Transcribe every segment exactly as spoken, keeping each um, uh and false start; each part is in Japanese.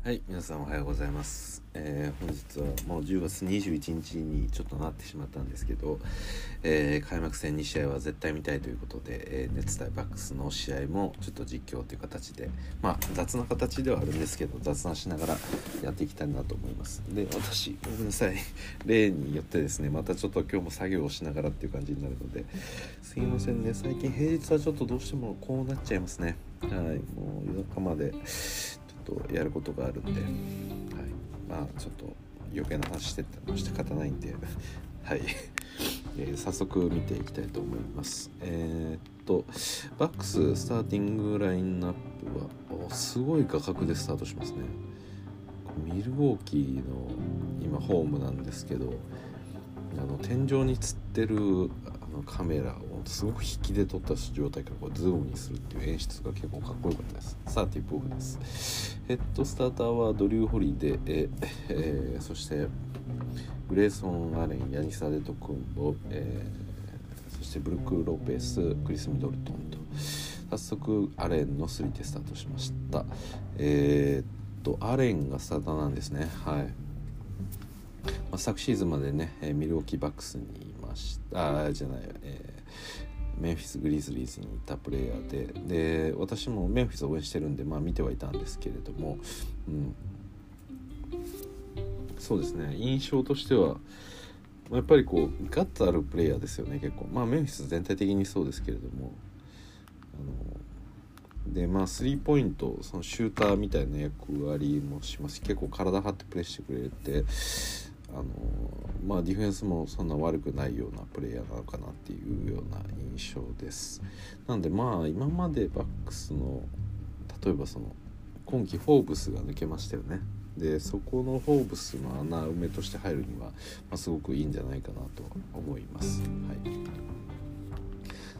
はい、皆さんおはようございます、えー、本日はもうじゅうがつにじゅういちにちにちょっとなってしまったんですけど、えー、開幕戦にしあいは絶対見たいということで、えー、ネッツ対バックスの試合もちょっと実況という形で、まあ雑な形ではあるんですけど、雑談しながらやっていきたいなと思います。で、私ごめんなさい、例によってですね、またちょっと今日も作業をしながらっていう感じになるので、すいませんね。最近平日はちょっとどうしてもこうなっちゃいますね。はい、もう夜中までとやることがあるんで、はい、まあちょっと余計な話してっても仕方ないんではい、えー、早速見ていきたいと思います。えー、っとバックススターティングラインナップはすごい画角でスタートしますね。ミルウォーキーの今ホームなんですけど、あの天井につってるあのカメラをすごく引きで撮った状態からこうズームにするっていう演出が結構かっこよかったです。さてボブです。ヘッドスターターはドリュー・ホリデー、えー、そしてグレイソン・アレン、ヤニス・アデトクンボ、えー、そしてブルック・ロペス、クリス・ミドルトンと早速アレンのスリーでスタートしました。えー、っとアレンがスターターなんですね。はい、まあ、昨シーズンまでねミルウォーキーバックスにいましたあじゃない、えー、メンフィス・グリズリーズにいたプレイヤーで、で私もメンフィスを応援してるんで、まあ、見てはいたんですけれども、うん、そうですね、印象としてはやっぱりこうガッツあるプレイヤーですよね。結構まあメンフィス全体的にそうですけれども、あのでまあスリーポイントそのシューターみたいな役割もしますし、結構体張ってプレーしてくれて、あのまあディフェンスもそんな悪くないようなプレイヤーなのかなっていうような印象です。なのでまあ今までバックスの例えばその今季フォーブスが抜けましたよね。でそこのフォーブスの穴埋めとして入るには、まあ、すごくいいんじゃないかなと思います。はい、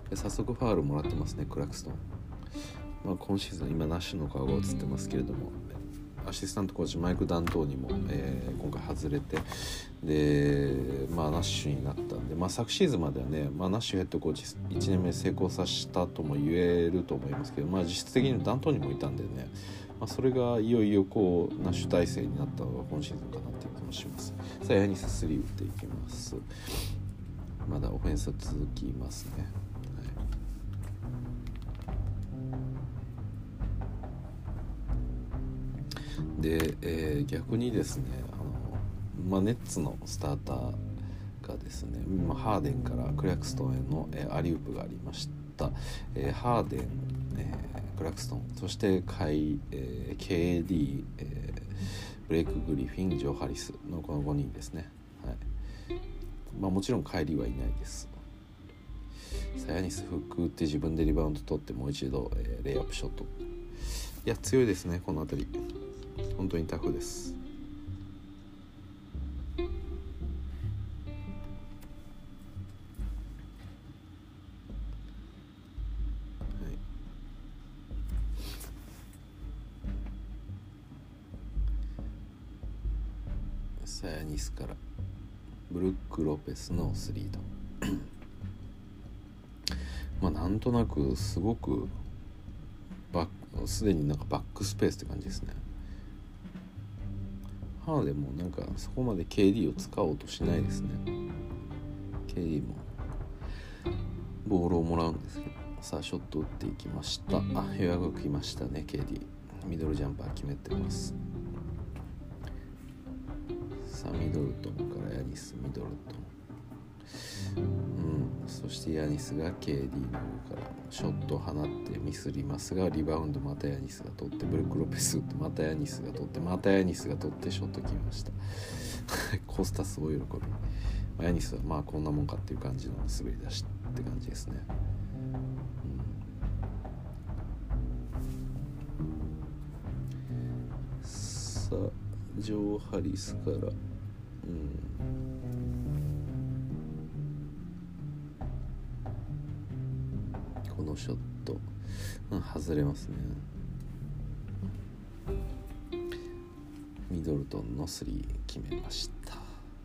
で早速ファウルもらってますね、クラクストン。まあ、今シーズン今ナッシュの顔が映ってますけれども、アシスタントコーチマイク・ダントーにも、えー、今回外れて、で、まあ、ナッシュになったんで、まあ、昨シーズンまではね、まあ、ナッシュヘッドコーチいちねんめ成功させたとも言えると思いますけど、まあ、実質的にダントーにもいたんでね、まあ、それがいよいよこうナッシュ体制になったのが今シーズンかなっていう気もします。さあヤニススリー打っていきます。まだオフェンスは続きますね。で、えー、逆にですね、あの、まあ、ネッツのスターターがですね、まあ、ハーデンからクラクストンへの、えー、アリウープがありました。えー、ハーデン、えー、クラクストン、そしてカイ、えー、ケーディー、えー、ブレイク・グリフィン、ジョー・ハリスのこのごにんですね。はい、まあ、もちろんカイリーはいないです。サヤニスフック打って自分でリバウンド取ってもう一度、えー、レイアップショット。いや強いですね、この辺り本当にタフです。サヤニスからブルック・ロペスのスリーとまあなんとなくすごくバッすでになんかバックスペースって感じですね。ハーデンもなんかそこまで ケーディー を使おうとしないですね。 ケーディー もボールをもらうんですけど、さあショット打っていきました。あ、ようやく来ましたね。 ケーディー ミドルジャンパー決めてます。さあミドルトンからヤニス、ミドルトン、うん、そしてヤニスが ケーディー の方からショットを放ってミスりますが、リバウンドまたヤニスが取って、ブルック・ロペス打ってまたヤニスが取って、またヤニスが取ってショット決めましたコスタス大喜び、まあ、ヤニスはまあこんなもんかっていう感じの滑り出しって感じですね。うん、さあジョー・ハリスから、うん、このショット、うん、外れますね。ミドルトンのスリー決めました。や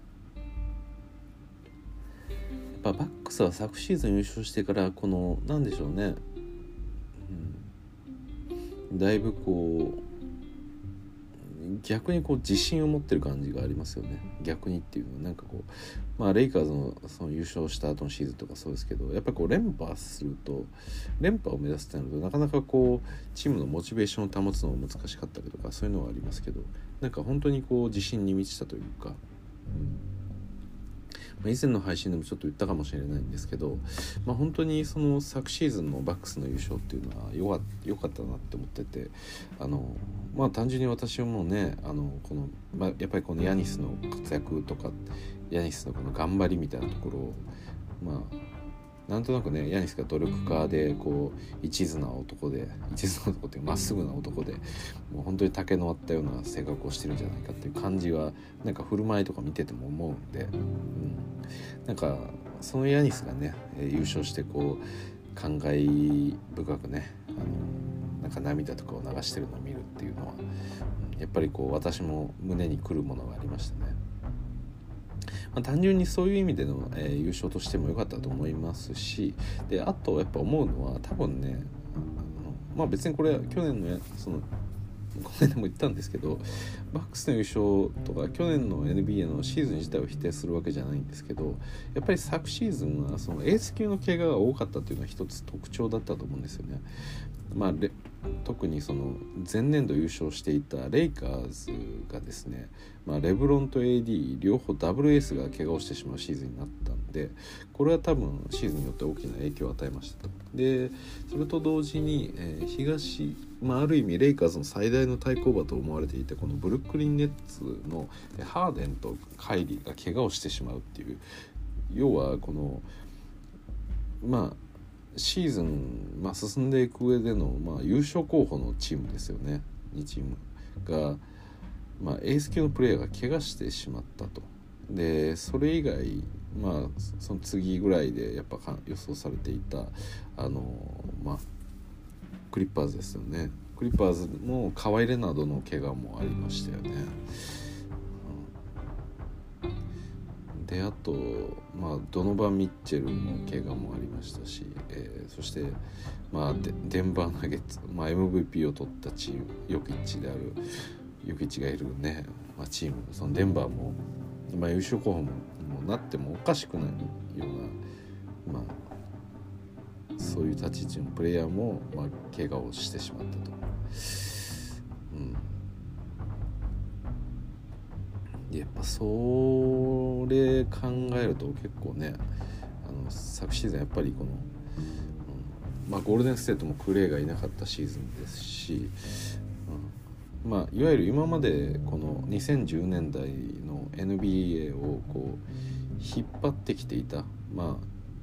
っぱバックスは昨シーズン優勝してからこのなんでしょうね、うん、だいぶこう逆にこう自信を持ってる感じがありますよね。逆にっていうのはなんかこう、まあレイカーズのその優勝した後のシーズンとかそうですけど、やっぱりこう連覇すると連覇を目指すってなるとなかなかこうチームのモチベーションを保つのが難しかったりとかそういうのはありますけど、なんか本当にこう自信に満ちたというか、うんまあ、以前の配信でもちょっと言ったかもしれないんですけど、まあ、本当にその昨シーズンのバックスの優勝っていうのはよか良かったなって思ってて、あのまあ単純に私もねあのこの、まあ、やっぱりこのヤニスの活躍とかヤニスのこの頑張りみたいなところをまあなんとなくねヤニスが努力家でこう一途な男で一途な男ってまっすぐな男でもう本当に竹の割ったような性格をしてるんじゃないかっていう感じはなんか振る舞いとか見てても思うんで、うん、なんかそのヤニスがね優勝してこう感慨深くねあのなんか涙とかを流してるのを見るっていうのはやっぱりこう私も胸にくるものがありましたね。まあ、単純にそういう意味での、えー、優勝としても良かったと思いますし、であとやっぱ思うのは多分ねあのまあ別にこれ去年のそのこの間も言ったんですけどバックスの優勝とか去年の エヌビーエー のシーズン自体を否定するわけじゃないんですけど、やっぱり昨シーズンはそのエース級の怪我が多かったというのは一つ特徴だったと思うんですよね。まあ、特にその前年度優勝していたレイカーズがですね、まあ、レブロンと エーディー 両方ダブルエースが怪我をしてしまうシーズンになったんで、これは多分シーズンによって大きな影響を与えましたと。でそれと同時に、えー、東、まあ、ある意味レイカーズの最大の対抗馬と思われていたこのブルックリンネッツのハーデンとカイリーが怪我をしてしまうっていう、要はこのまあシーズン、まあ、進んでいく上での、まあ、優勝候補のチームですよね。にチームが、まあ、エース級のプレーヤーが怪我してしまったと。でそれ以外、まあ、その次ぐらいでやっぱ予想されていたあの、まあ、クリッパーズですよね。クリッパーズもカワイ・レナードの怪我もありましたよね。であと、まあ、ドノバン・ミッチェルの怪我もありましたし、えー、そして、まあ、デ, デンバーナゲッツ、まあ、エムブイピー を取ったチームヨキッチであるヨキッチがいるね、まあ、チームそのデンバーも、まあ、優勝候補もなってもおかしくないような、まあ、そういう立ち位置のプレイヤーも、まあ、怪我をしてしまったと。うんやっぱそれ考えると結構ねあの昨シーズンやっぱりこの、うんまあ、ゴールデンステートもクレイがいなかったシーズンですし、うんまあ、いわゆる今までこのにせんじゅうねんだいの エヌビーエー をこう引っ張ってきていた、ま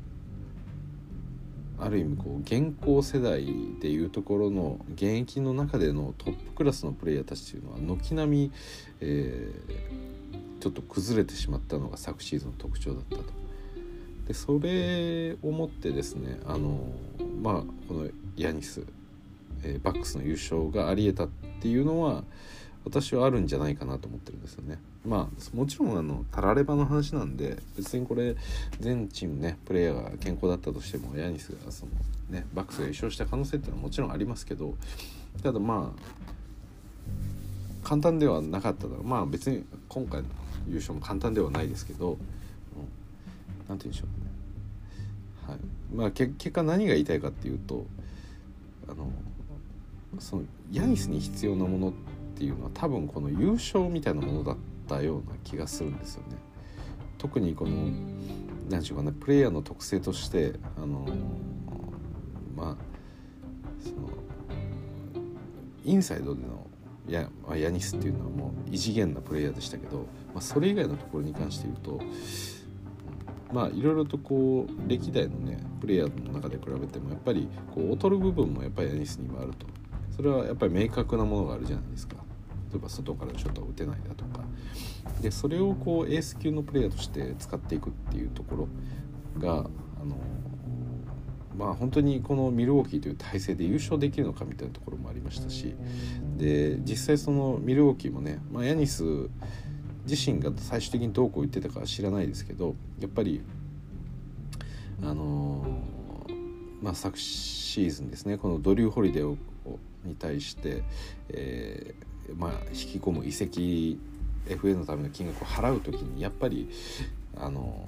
あ、ある意味こう現行世代でいうところの現役の中でのトップクラスのプレイヤーたちというのは軒並み、えーちょっと崩れてしまったのが昨シーズンの特徴だったと。でそれをもってですねあのまあこのヤニス、えー、バックスの優勝があり得たっていうのは私はあるんじゃないかなと思ってるんですよね。まあもちろんあのたらればの話なんで別にこれ全チームねプレイヤーが健康だったとしてもヤニスがそのねバックスが優勝した可能性っていうのはもちろんありますけど、ただまあ簡単ではなかっただろう。まあ別に今回の優勝も簡単ではないですけど、うん、なんて言うんでしょうね。はい。まあけ結果何が言いたいかっていうと、あのそのヤニスに必要なものっていうのは多分この優勝みたいなものだったような気がするんですよね。特にこの何でしょうかね、プレイヤーの特性としてあのまあそのインサイドでのやヤニスっていうのはもう異次元なプレイヤーでしたけど、まあ、それ以外のところに関して言うとまあいろいろとこう歴代のねプレイヤーの中で比べてもやっぱりこう劣る部分もやっぱりヤニスにもあると。それはやっぱり明確なものがあるじゃないですか。例えば外からショットを打てないだとかで、それをこうエース級のプレイヤーとして使っていくっていうところがあのまあ本当にこのミルウォーキーという体制で優勝できるのかみたいなところもありましたし、で実際そのミルウォーキーもね、まあ、ヤニス自身が最終的にどうこう言ってたかは知らないですけど、やっぱりあのまあ昨シーズンですねこのドリュー・ホリデーをに対して、えまあ、引き込む移籍 エフエー のための金額を払うときにやっぱりあの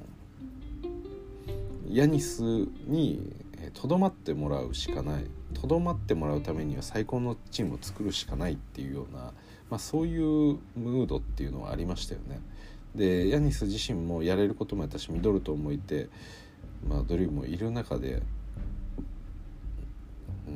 ヤニスにとどまってもらうしかない、とどまってもらうためには最高のチームを作るしかないっていうような、まあ、そういうムードっていうのはありましたよね。でヤニス自身もやれることもやったし、ミドルトンもいて、まあ、ドリームもいる中で、うん、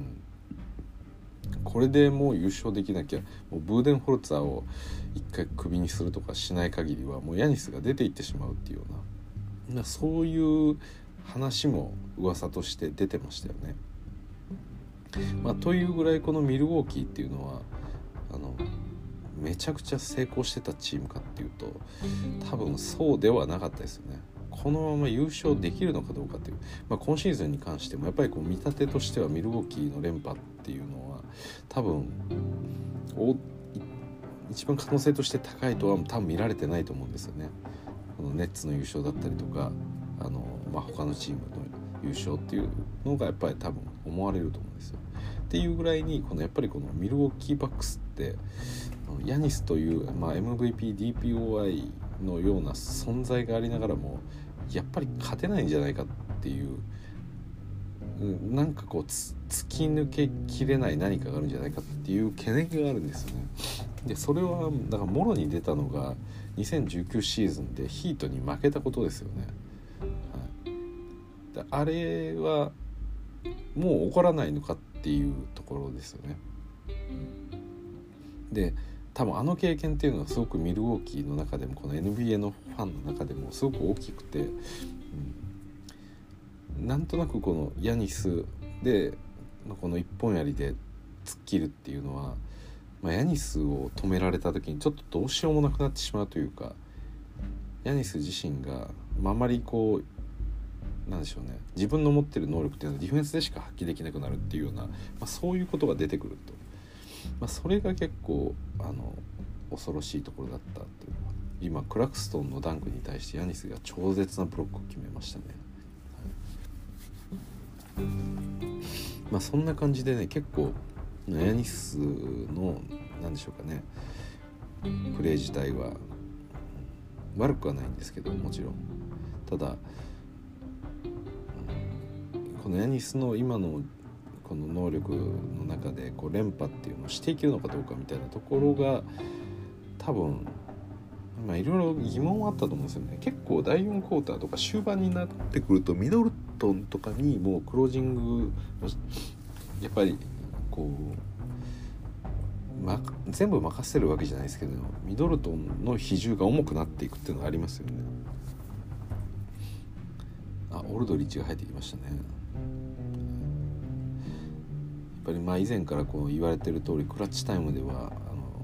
これでもう優勝できなきゃもうブーデンホルツァーを一回クビにするとかしない限りはもうヤニスが出ていってしまうっていうような、そういう話も噂として出てましたよね。まあ、というぐらいこのミルウォーキーっていうのはあのめちゃくちゃ成功してたチームかっていうと多分そうではなかったですよね。このまま優勝できるのかどうかっていう、まあ、今シーズンに関してもやっぱりこう見立てとしてはミルウォーキーの連覇っていうのは多分お一番可能性として高いとは多分見られてないと思うんですよね。このネッツの優勝だったりとかあの、まあ、他のチームの優勝っていうのがやっぱり多分思われると思うんですよ。っていうぐらいにこのやっぱりこのミルウォーキーバックスってヤニスという、まあ、エムブイピー、ディーピーオーアイ のような存在がありながらもやっぱり勝てないんじゃないかっていう、なんかこう突き抜けきれない何かがあるんじゃないかっていう懸念があるんですよね。でそれはだからもろに出たのがにせんじゅうきゅうシーズンでヒートに負けたことですよね。はい、であれはもう起こらないのかっていうところですよね。で多分あの経験っていうのはすごくミルウォーキーの中でもこの エヌビーエー のファンの中でもすごく大きくて、うん、なんとなくこのヤニスでこの一本槍で突っ切るっていうのは、まあ、ヤニスを止められた時にちょっとどうしようもなくなってしまうというか、ヤニス自身が、まあ、あまりこうなんでしょうね、自分の持ってる能力っていうのはディフェンスでしか発揮できなくなるっていうような、まあ、そういうことが出てくると、まあ、それが結構あの恐ろしいところだったというか、今クラクストンのダンクに対してヤニスが超絶なブロックを決めましたね。はい、まあそんな感じでね、結構ヤニスのなんでしょうかね、プレー自体は悪くはないんですけど、もちろんただこのヤニスの今のこの能力の中でこう連覇っていうのをしていけるのかどうかみたいなところが多分まあいろいろ疑問はあったと思うんですよね。結構だいよんクォーターとか終盤になってくるとミドルトンとかにもうクロージングやっぱりこう、ま、全部任せるわけじゃないですけどミドルトンの比重が重くなっていくっていうのがありますよね。あ、オルドリッチが入ってきましたね。やっぱりまあ以前からこう言われてる通りクラッチタイムではあの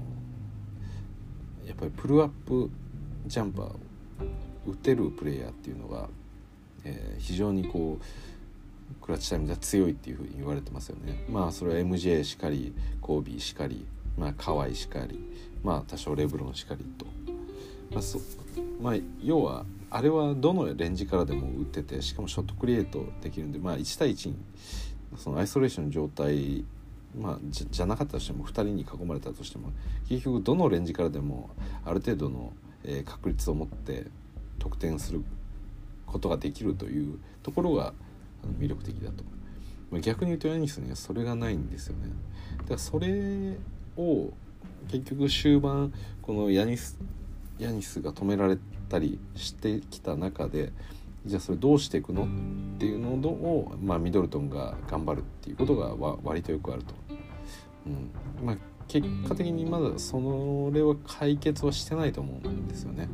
やっぱりプルアップジャンパーを打てるプレイヤーっていうのが、えー、非常にこうクラッチタイムでは強いっていうふうに言われてますよね。まあそれは エムジェー しかりコービーしかり、まあカワイしかり、まあ多少レブロンしかりと、まあそまあ、要はあれはどのレンジからでも打ってて、しかもショットクリエイトできるんで、まあいち対いちにそのアイソレーションの状態、まあ、じ, じゃなかったとしてもふたりに囲まれたとしても結局どのレンジからでもある程度の、えー、確率を持って得点することができるというところが魅力的だと。まあ、逆に言うとヤニスにはそれがないんですよね。だからそれを結局終盤このヤニスヤニスが止められたりしてきた中で、じゃあそれどうしていくのっていうのを、まあ、ミドルトンが頑張るっていうことが割とよくあると、うんまあ、結果的にまだそれは解決はしてないと思うんですよね、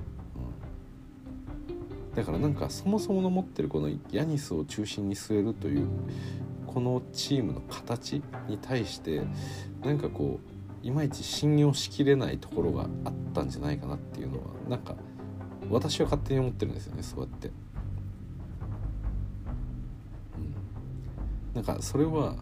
うん、だからなんかそもそもの持ってるこのヤニスを中心に据えるというこのチームの形に対してなんかこういまいち信用しきれないところがあったんじゃないかなっていうのはなんか私は勝手に思ってるんですよね。そうやって、うん、なんかそれは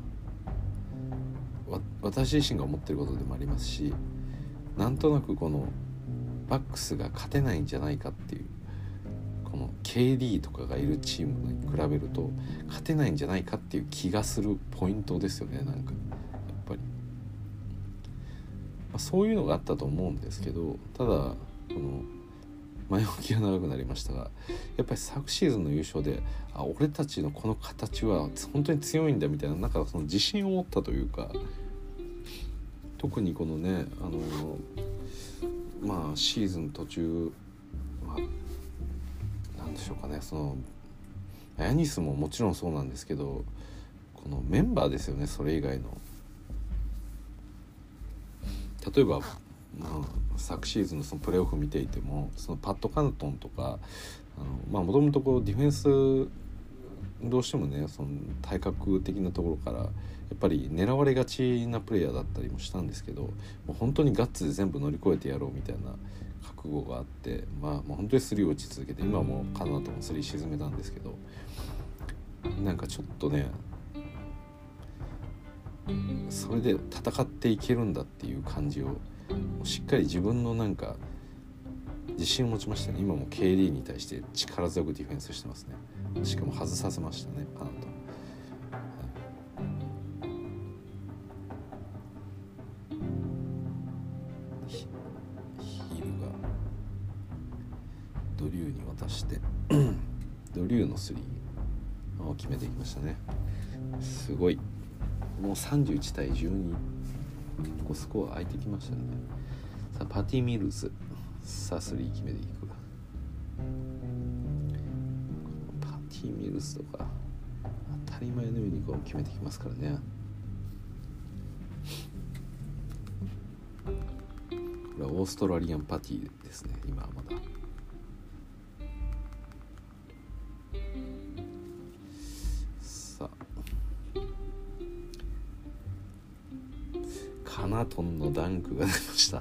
私自身が思ってることでもありますし、なんとなくこのバックスが勝てないんじゃないかっていうこの ケーディー とかがいるチームに比べると勝てないんじゃないかっていう気がするポイントですよね。なんかやっぱり、まあ、 そういうのがあったと思うんですけど、ただこの前置きが長くなりましたが、やっぱり昨シーズンの優勝で、あ、俺たちのこの形は本当に強いんだみたいな、なんかその自信を持ったというか、特にこのね、あのまあシーズン途中、まあ、なんでしょうかね、そのヤニスももちろんそうなんですけど、このメンバーですよね。それ以外の例えば、まあ、昨シーズンのそのプレーオフ見ていても、そのパット・カナトンとか、もともとこうディフェンスどうしてもね、その体格的なところからやっぱり狙われがちなプレイヤーだったりもしたんですけど、もう本当にガッツで全部乗り越えてやろうみたいな覚悟があって、まあ、まあ本当にスリーを打ち続けて、今もカナトンもスリー沈めたんですけど、なんかちょっとね、それで戦っていけるんだっていう感じをしっかり自分のなんか自信を持ちましたね。今も ケーディー に対して力強くディフェンスしてますね。しかも外させましたね、カナトン。ヒールがドリューに渡してドリューのスリーを決めていきましたね。すごい、もうさんじゅういちたいじゅうに、こうスコア空いてきましたね。さあパティ・ミルズ、さあスリー決めていく。パティ・ミルズとか当たり前のようにこう決めてきますからね。これはオーストラリアンパティですね、今はまだ。さあカナトンのダンクが出ました。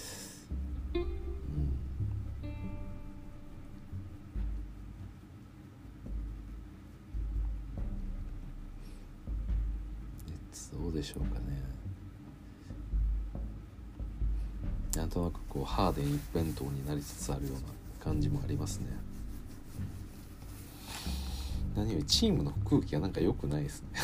どうでしょうかね。なんとなくこうハーデン一辺倒になりつつあるような感じもありますね。何よりチームの空気がなんか良くないですね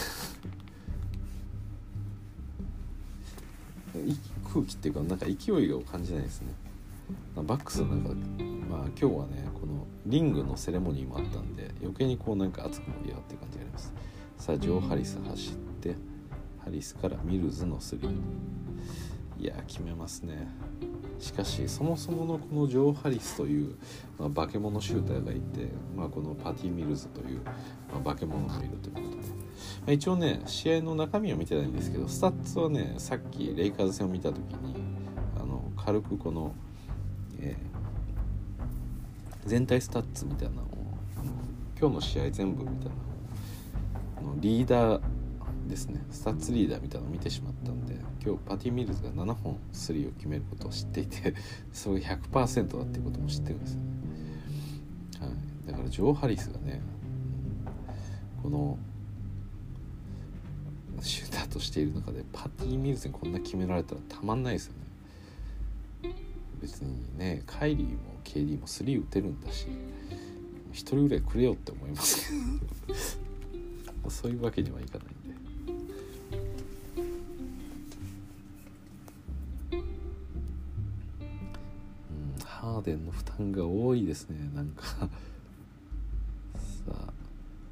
空気っていうか、なんか勢いを感じないですね。バックスなんか、まあ今日はね、このリングのセレモニーもあったんで、余計にこうなんか熱く盛り上がってる感じがあります。さあジョー・ハリス走って、ハリスからミルズのスリー、いや決めますね。しかしそもそものこのジョー・ハリスという、まあ、化け物シューターがいて、まあ、このパティ・ミルズという、まあ、化け物もいるということで、まあ、一応ね試合の中身は見てないんですけど、スタッツはね、さっきレイカーズ戦を見た時にあの軽くこの、えー、全体スタッツみたいなのを、あの今日の試合全部みたいなのをリーダーですね、スタッツリーダーみたいなのを見てしまったんで、今日パティ・ミルズがななほんスリーを決めることを知っていてそれが ひゃくパーセント だっていうことも知ってるんですよね、はい、だからジョー・ハリスがね、このシューターとしている中でパティ・ミルズにこんな決められたらたまんないですよね。別にね、カイリーも ケーディー もスリー打てるんだし、一人ぐらいくれよって思いますけどそういうわけにはいかないんで、ハーデンの負担が多いですね、なんかさあ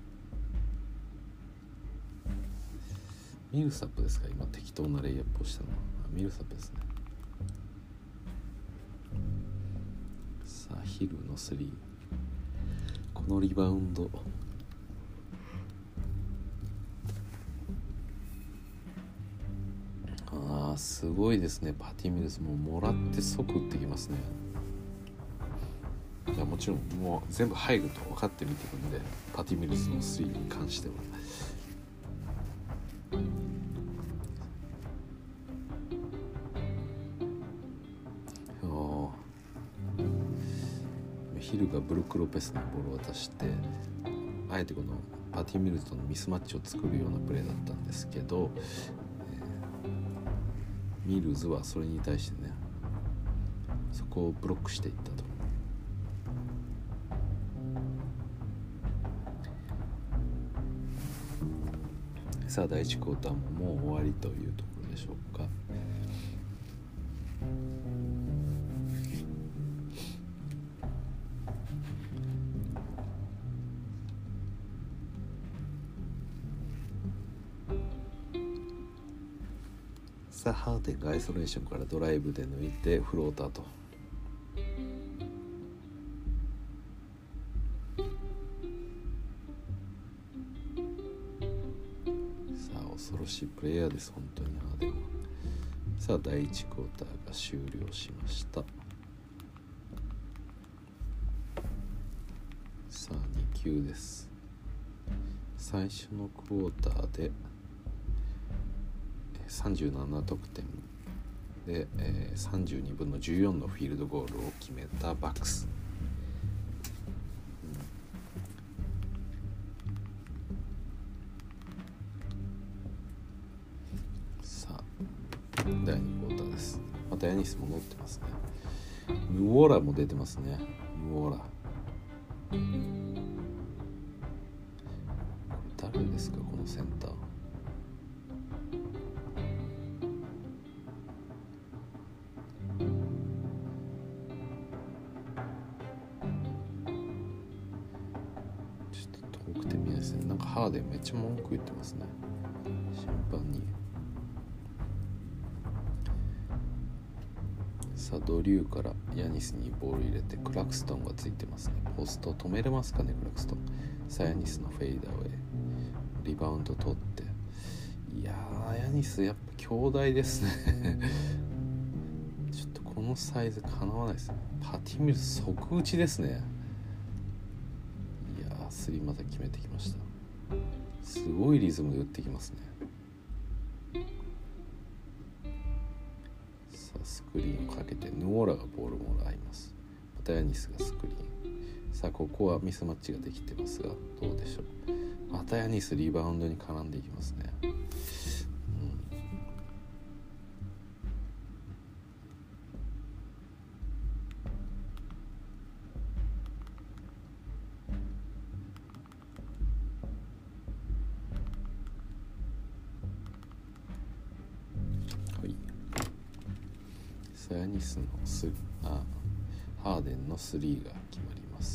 ミルサップですか、今適当なレイアップをしたのは。ミルサップですね。さあヒルのスリー、このリバウンド、あーすごいですね。パティ・ミルズももらって即打ってきますね。いやもちろんもう全部入ると分かって見てるんで、パティ・ミルズのスリーに関してはヒルがブルック・ロペスにボールを渡して、あえてこのパティ・ミルズとのミスマッチを作るようなプレーだったんですけど、えー、ミルズはそれに対してね、そこをブロックしていったと。さあだいいちクォーターももう終わりというところでしょうか。 さあハーデンがアイソレーションからドライブで抜いてフローターと、さあ恐ろしいプレイヤーです、本当にハーデンは。さあだいいちクォーターが終了しました。さあに球です。最初のクォーターでさんじゅうなな得点で、えー、さんじゅうにぶんのじゅうよんのフィールドゴールを決めたバックス、うん、さあだいにクォーターです。またヤニスも乗ってますね。ムウォーラも出てますね。ムウォーラ誰ですかこのセンター。なんかハーデンめっちゃ文句言ってますね、審判に。さあドリューからヤニスにボール入れてクラクストンがついてますね。ポスト止めれますかねクラクストン。さあヤニスのフェイダーウェイ、リバウンド取って、いやーヤニスやっぱ強大ですねちょっとこのサイズかなわないですね。パティミル即打ちですね。いやースリーまた決めてきました。すごいリズムで打ってきますね。さあスクリーンをかけてヌオーラがボールもらいます。またヤニスがスクリーン。さあここはミスマッチができてますがどうでしょう。またヤニスリバウンドに絡んでいきますね。ヤニスのスあハーデンのスリーが決まります。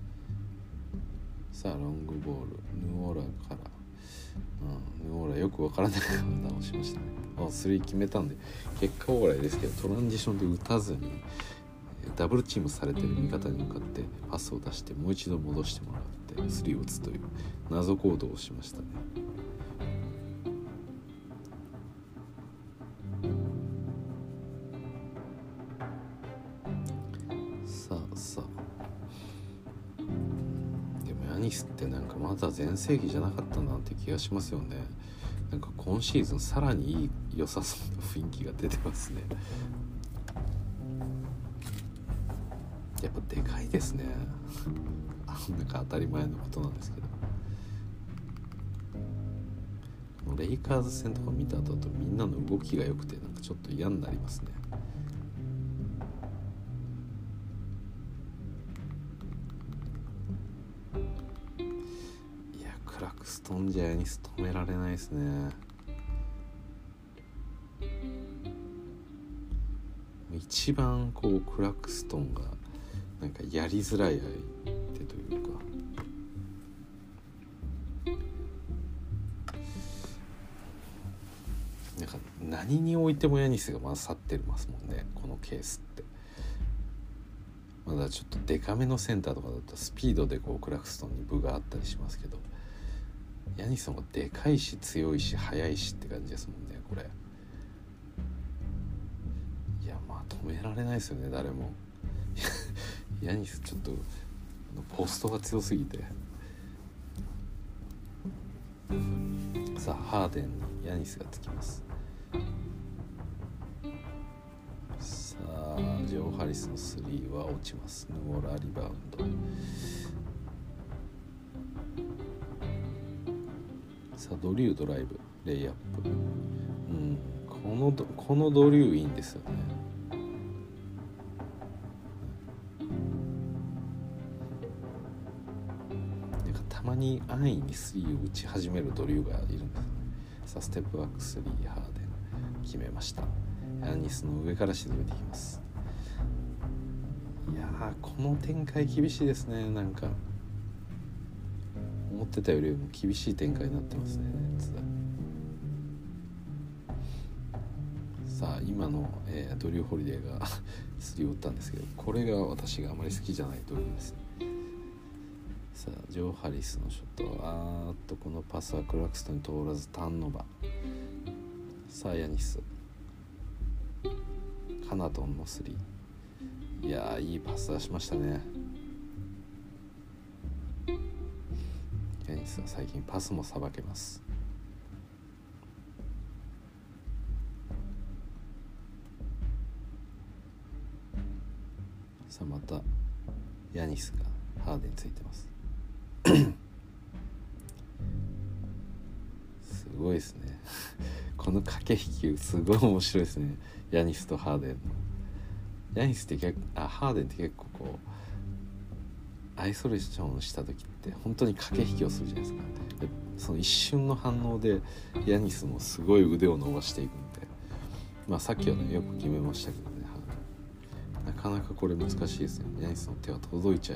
さあロングボールヌオーラから、うん、ヌオーラよくわからない判断をしましたね。あスリー決めたんで結果オーライですけど、トランジションで打たずにダブルチームされてる味方に向かってパスを出してもう一度戻してもらってスリーを打つという謎行動をしましたね。ヤニスってなんかまだ全盛期じゃなかったなって気がしますよね。なんか今シーズンさらにいい良さそうな雰囲気が出てますね。やっぱでかいですねなんか当たり前のことなんですけど、レイカーズ戦とか見た後だとみんなの動きが良くてなんかちょっと嫌になりますね。クラクストンじゃヤニス止められないですね。一番こうクラクストンがなんかやりづらい相手というか、なんか何においてもヤニスが勝ってますもんねこのケースって。まだちょっとデカめのセンターとかだとスピードでこうクラクストンに分があったりしますけど、ヤニスの方がでかいし強いし速いしって感じですもんねこれ。いやまあ止められないですよね誰もヤニスちょっとポストが強すぎて。さあハーデンにヤニスがつきます。さあジョー・ハリスのスリーは落ちます。ヌオーラリバウンド。さあドリュードライブレイアップ、うん、このこのドリューいいんですよね。なんかたまに安易にスリーを打ち始めるドリューがいるんですね。さあステップバックスリーハーデン決めました。 ヤニスの上から沈めていきます。いやーこの展開厳しいですね。なんか思ってたよりも厳しい展開になってますね。さあ今の、えー、ドリュー・ホリデーがスリーを打ったんですけど、これが私があまり好きじゃないドリューですね。さあジョー・ハリスのショット、あーっとこのパスはクラクストンに通らずターンオーバー。さあヤニス、カナトンのスリー、いやーいいパス出しましたね。ヤニスは最近パスもさばけます。さあまたヤニスがハーデンについてますすごいですねこの駆け引きすごい面白いですね。ヤニスとハーデンの、ヤニスって結構あハーデンって結構こうアイソレーションした時って本当に駆け引きをするじゃないですか。でその一瞬の反応でヤニスもすごい腕を伸ばしていくんで、まあさっきはねよく決めましたけどね、なかなかこれ難しいですよね。ヤニスの手は届いちゃ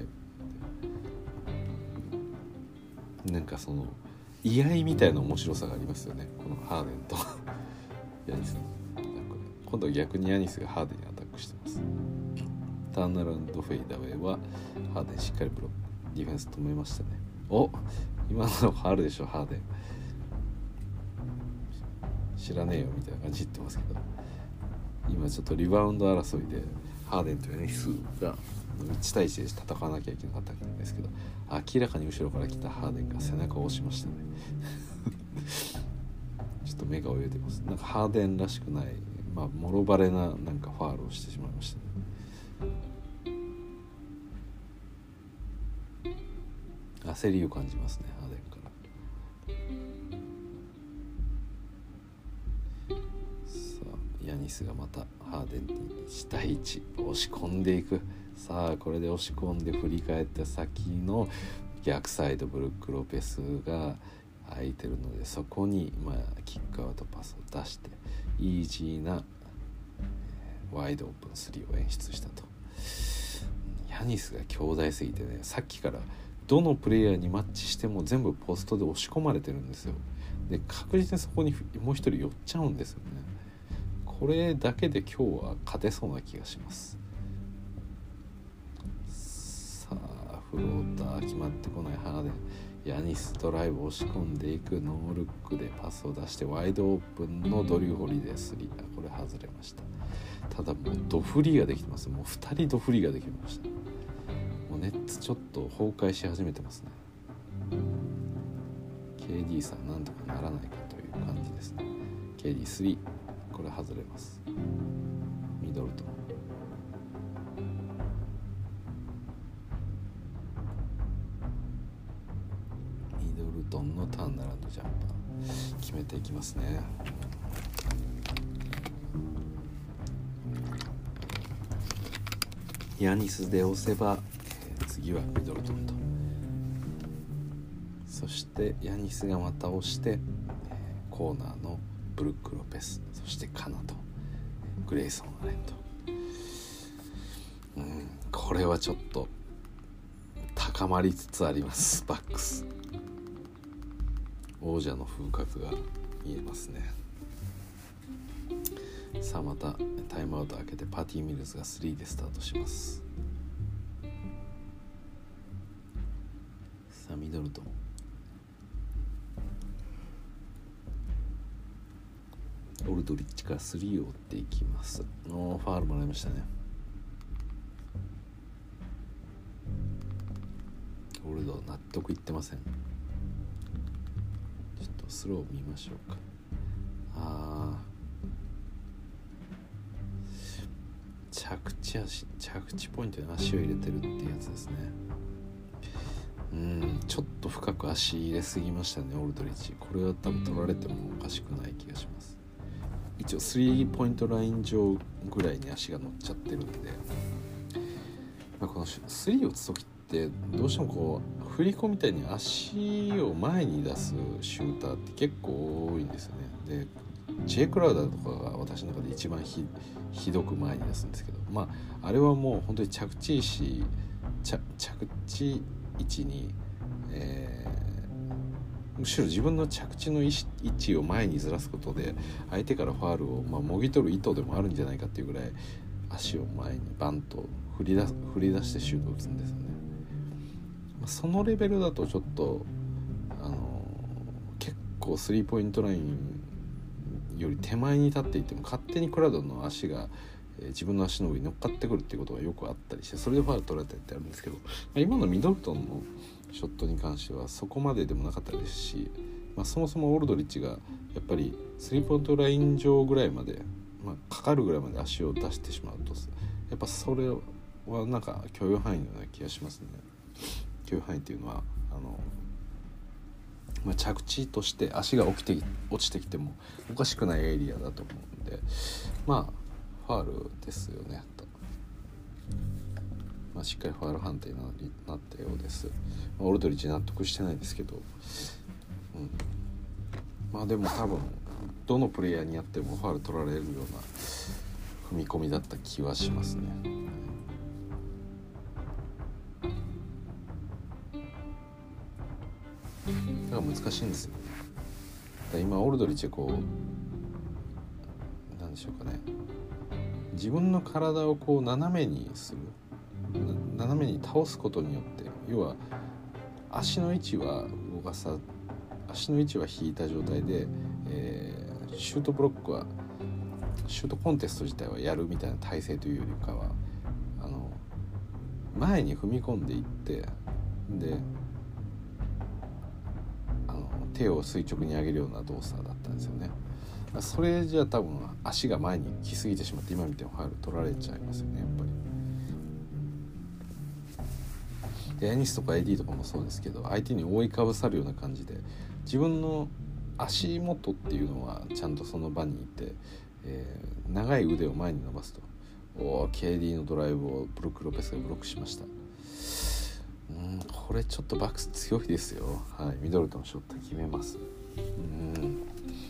う。なんかその居合みたいな面白さがありますよね、このハーデンとヤニスの。今度は逆にヤニスがハーデンにアタックしてます。ターンアラウンドフェイダーウェイはハーデンしっかりブロックディフェンス止めましたね。お今のファウルでしょハーデン、知らねえよみたいな感じ言ってますけど、今ちょっとリバウンド争いでハーデンとヤニスがいち対いちで戦わなきゃいけなかったんですけど、明らかに後ろから来たハーデンが背中を押しましたねちょっと目が泳いでます。なんかハーデンらしくない、まあもろバレななんかファウルをしてしまいましたね。焦りを感じますねハーデンから。さあヤニスがまたハーデンにいち対いち押し込んでいく。さあこれで押し込んで振り返った先の逆サイドブルック・ロペスが空いてるので、そこにまあキックアウトパスを出してイージーなワイドオープンスリーを演出したと。ヤニスが強大すぎてね、さっきからどのプレイヤーにマッチしても全部ポストで押し込まれてるんですよ。で確実にそこにもう一人寄っちゃうんですよね。これだけで今日は勝てそうな気がします。さあフローター決まってこないハーデン、ヤニスドライブ押し込んでいく、ノールックでパスを出してワイドオープンのドリュー・ホリデースリー、これ外れました。ただもうドフリーができてます。もうふたりドフリーができました。もうネッツちょっと崩壊し始めてますね。 ケーディー さんなんとかならないかという感じですね。 ケーディースリー これ外れます。ミドルトン、ミドルトンのターンアラウンドジャンパー決めていきますね。ヤニスで押せば、えー、次はミドルトンと、そしてヤニスがまた押して、えー、コーナーのブルック・ロペス、そしてカナとグレイソン・アレンと、うん、これはちょっと高まりつつあります。バックス王者の風格が見えますね。さあまたタイムアウト開けてパティ・ミルズがスリーでスタートします。さあミドルトン、オルドリッチからスリーを打っていきます。のファウルもらいましたね。オルド納得いってません。ちょっとスロー見ましょうか。あ着地足着地ポイントに足を入れてるっていうやつですね。うんちょっと深く足入れすぎましたねオルドリッチ。これは多分取られてもおかしくない気がします。一応スリーポイントライン上ぐらいに足が乗っちゃってるんで、まあ、このスリーを打つ時ってどうしてもこう振り子みたいに足を前に出すシューターって結構多いんですよね。でジェイ・クラウダーとかが私私の中で一番 ひ, ひどく前に出すんですけど、まああれはもう本当に着地石着地位置に、えー、むしろ自分の着地の位置を前にずらすことで相手からファウルを、まあ、もぎ取る意図でもあるんじゃないかっていうぐらい足を前にバンと振り出す振り出してシュートを打つんですよね。まあ、そのレベルだとちょっとあの結構スリーポイントラインより手前に立っていても勝手にクラウドの足が、えー、自分の足の上に乗っかってくるっていうことがよくあったりして、それでファウル取られたりってあるんですけど、まあ、今のミドルトンのショットに関してはそこまででもなかったですし、まあ、そもそもオールドリッチがやっぱりスリーポイントライン上ぐらいまで、まあ、かかるぐらいまで足を出してしまうとやっぱそれはなんか許容範囲のような気がしますね。許容範囲っていうのはあの、まあ、着地として足が起きて落ちてきてもおかしくないエリアだと思うんで、まあファウルですよねと、まあ、しっかりファウル判定になったようです。まあ、オルドリッチ納得してないですけど、うん、まあでも多分どのプレイヤーにやってもファウル取られるような踏み込みだった気はしますね。だから難しいんですよね。だ今オルドリッチはこうなんでしょうかね、自分の体をこう斜めにする斜めに倒すことによって、要は足の位置は動かさ足の位置は引いた状態で、えー、シュートブロックはシュートコンテスト自体はやるみたいな体勢というよりかはあの前に踏み込んでいってであの手を垂直に上げるような動作だったんですよね。それじゃ多分足が前に来すぎてしまって今みたいなファウル取られちゃいますよねやっぱり。でヤニスとか エーディー とかもそうですけど、相手に覆いかぶさるような感じで自分の足元っていうのはちゃんとその場にいて、えー、長い腕を前に伸ばすと、お ケーディー のドライブをブルック・ロペスがブロックしました。うんこれちょっとバックス強いですよ。はい、ミドルトンショット決めます。うん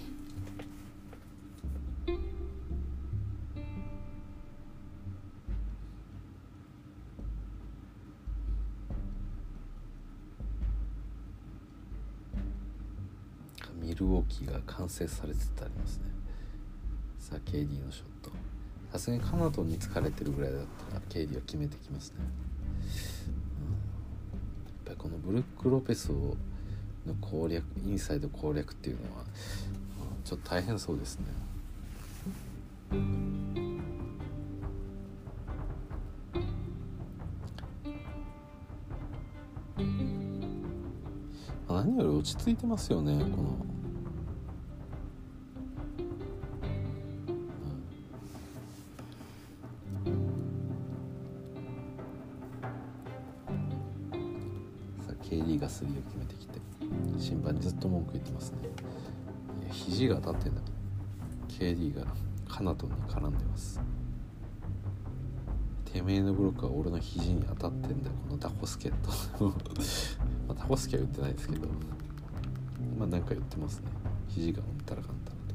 ミルウォーキーが完成されててありますね。さあ ケーディー のショット、さすがにカナトンに疲れてるぐらいだったら ケーディー は決めてきますね。うん、やっぱりこのブルック・ロペスをの攻略インサイド攻略っていうのは、うん、ちょっと大変そうですね。何より落ち着いてますよねこの、さあ ケーディー がスリーを決めてきて審判にずっと文句言ってますね。いや肘が当たってんだ。 ケーディー がカナトンに絡んでます。てめえのブロックは俺の肘に当たってんだよこのダコスケットまあダコスケは言ってないですけど、まあなんか言ってますね。肘がうんたらかんたら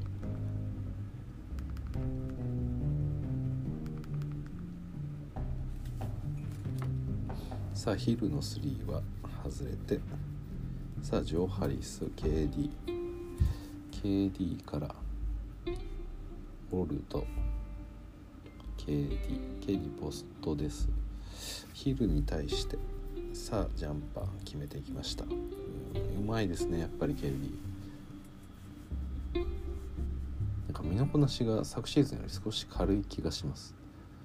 と。さあヒルのスリーは外れて、さあジョー・ハリス ケーディー ケーディー からボルド ケーディー ケーディー ポストです。ヒルに対してさあジャンパー決めていきました。うまいですねやっぱり ケーディー。なんか身のこなしが昨シーズンより少し軽い気がします。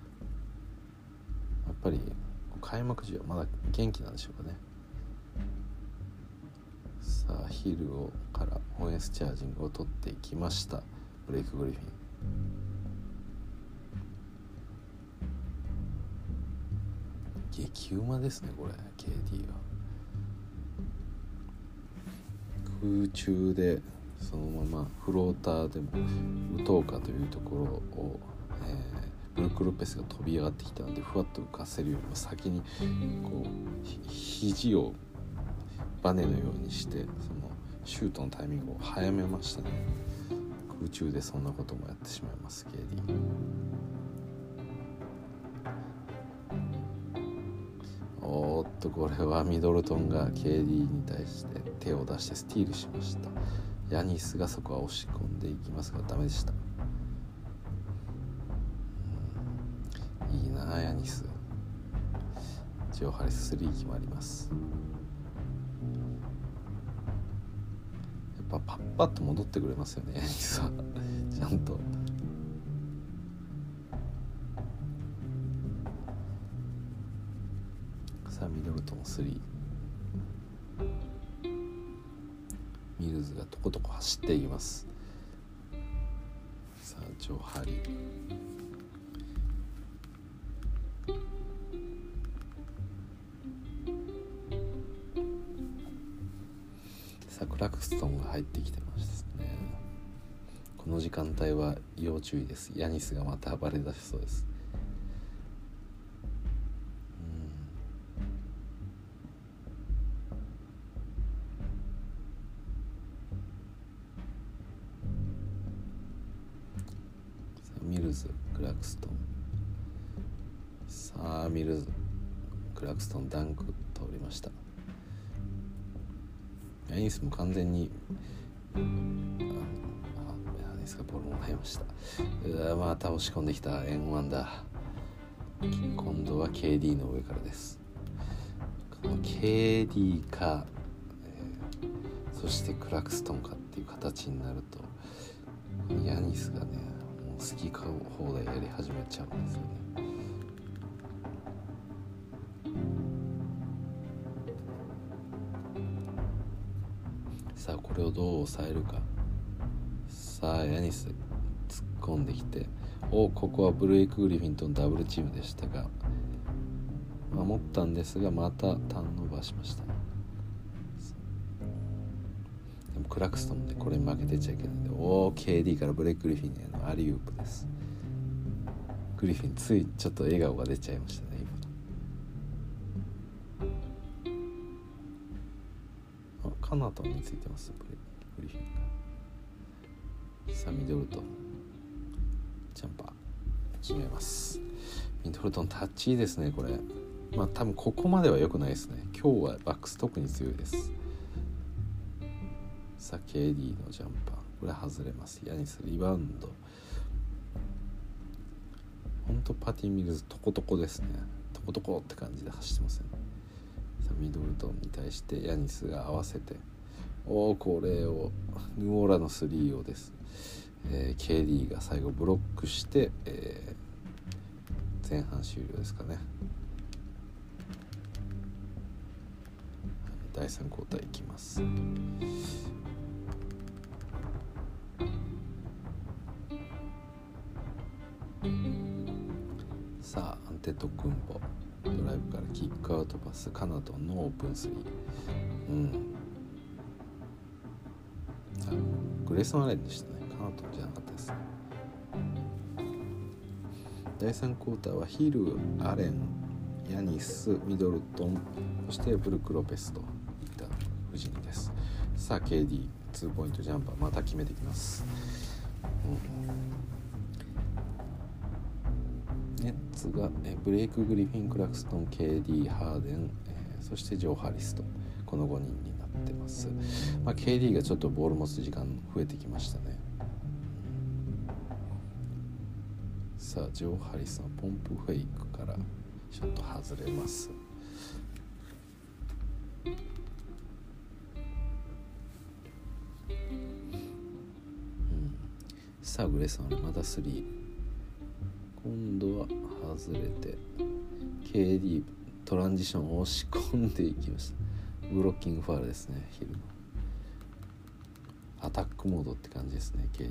やっぱり開幕時はまだ元気なんでしょうかね。さあヒルをからオフェンスチャージングを取っていきました。ブレイク・グリフィン。激うまですねこれ ケーディー は。空中でそのままフローターでも打とうかというところを、えー、ブルック・ロペスが飛び上がってきたのでふわっと浮かせるよりも先にこう肘をバネのようにしてそのシュートのタイミングを早めましたね。こ空中でそんなこともやってしまいます。 ケーディー、おーっとこれはミドルトンが ケーディー に対して手を出してスティールしました。ヤニスがそこは押し込んでいきますがダメでした。いいなヤニス。ジョー・ハリススリー決まります。やっぱパッパッと戻ってくれますよねヤニスはちゃんと。さあミドルトンスリー、ミルズがとことこ走っていきます。さあジョー・ハリー、さあクラクストンが入ってきてましたね。この時間帯は要注意です。ヤニスがまた暴れ出しそうです。ミルズ、クラクストン、さあミルズ、クラクストンダンク通りました。ヤニスも完全にああヤニスがボールもらいました。うわまた押し込んできた。エンワンだ。今度は ケーディー の上からです。この ケーディー か、えー、そしてクラクストンかっていう形になるとヤニスがね好き放題やり始めちゃうんですよね。さあこれをどう抑えるか。さあヤニス突っ込んできて、おここはブレイク・グリフィンとのダブルチームでしたが守ったんですがまたターンオーバーしました。でもクラクストンでこれに負けてちゃいけないんで、おー ケーディー からブレイク・グリフィンへのアリウープです。グリフィンついちょっと笑顔が出ちゃいましたね今。あカナトンについてますブレイク・グリフィンが。さあミドルトンジャンパー決めます。ミドルトンタッチいいですねこれ。まあ多分ここまでは良くないですね。今日はバックス特に強いです。さあ ケーディー のジャンパーこれ外れます。ヤニスリバウンド。ほんとパティ・ミルズトコトコですね。トコトコって感じで走ってますよね。さあミドルトンに対してヤニスが合わせて、おおこれをヌオーラのスリーをです、えー、ケーディー が最後ブロックして、えー、前半終了ですかね。だいさん交代いきます。さあアンテトクンボドライブからキックアウトパス、カナトンのオープンスリー、うんあグレイソン・アレンでしたね。カナトンじゃなかったです。だいさんクォーターはヒル、アレン、ヤニス、ミドルトン、そしてブルク・ロペスといった布陣です。さあ ケーディーツーポイントジャンパーまた決めてきます、うん、ネッツがえブレイク・グリフィン、クラクストン、ケーディー、ハーデン、えー、そしてジョー・ハリスとこのごにんになってます、まあ、ケーディー がちょっとボール持つ時間増えてきましたね。さあジョー・ハリスのポンプフェイクからちょっと外れます。さあグレイソンまたスリー、今度は外れて ケーディー トランジションを押し込んでいきました。ブロッキングファウルですね。ヒルのアタックモードって感じですね。 ケーディー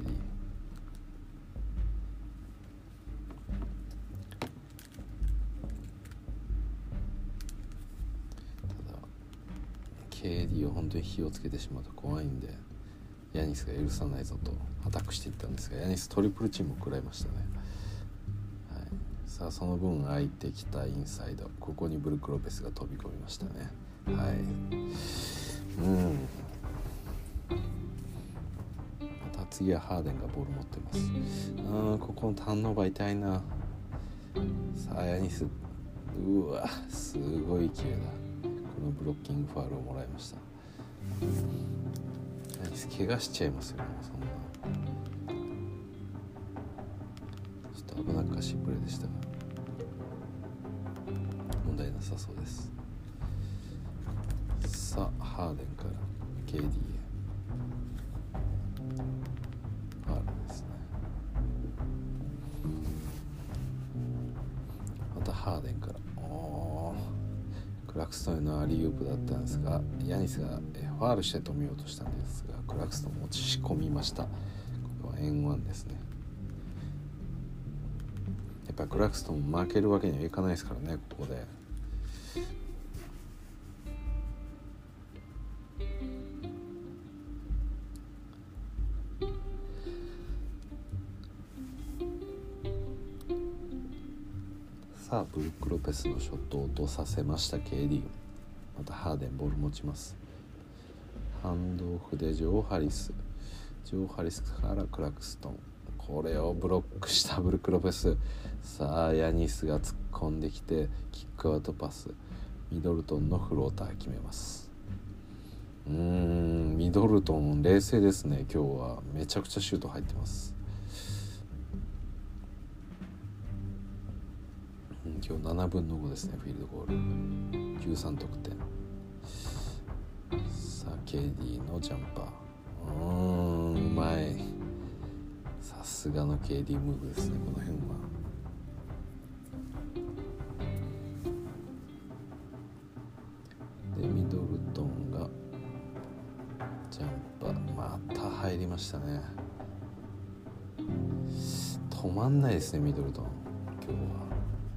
ただ ケーディー を本当に火をつけてしまうと怖いんでヤニスが許さないぞとアタックしていったんですが、ヤニストリプルチームを食らいましたね、はい、さあその分空いてきたインサイド、ここにブルク・ロペスが飛び込みましたね。はいうんまた次はハーデンがボール持ってます。あーここのターンオーバー痛いな。さあヤニス、うわすごい綺麗だ。このブロッキングファウルをもらいました。ヤニス怪我しちゃいますよね。そんなちょっと危なっかしいプレーでしたが問題なさそうです。さあハーデンから ケーディー へファウルですね。またハーデンからおクラクストンへのアリーウープだったんですが、ヤニスがファウルして止めようとしたんですがクラクストン持ち込みました。ここはエンワンですね。やっぱりクラクストン負けるわけにはいかないですからね。ここでさあブルック・ロペスのショットを落とさせました ケーディー。 またハーデンボール持ちます。ハンドオフでジョー・ハリスジョー・ハリスからクラクストン、これをブロックしたブルック・ロペス。さあヤニスが突っ込んできてキックアウトパス、ミドルトンのフローター決めます。うーんミドルトン冷静ですね。今日はめちゃくちゃシュート入ってます。今日ななぶんのごですね。フィールドゴールじゅうさん得点。さあ ケーディー のジャンパー、うーんうまい。さすがの ケーディー ムーブですね。この辺はでミドルトンがジャンパーまた入りましたね。止まんないですねミドルトン今日は。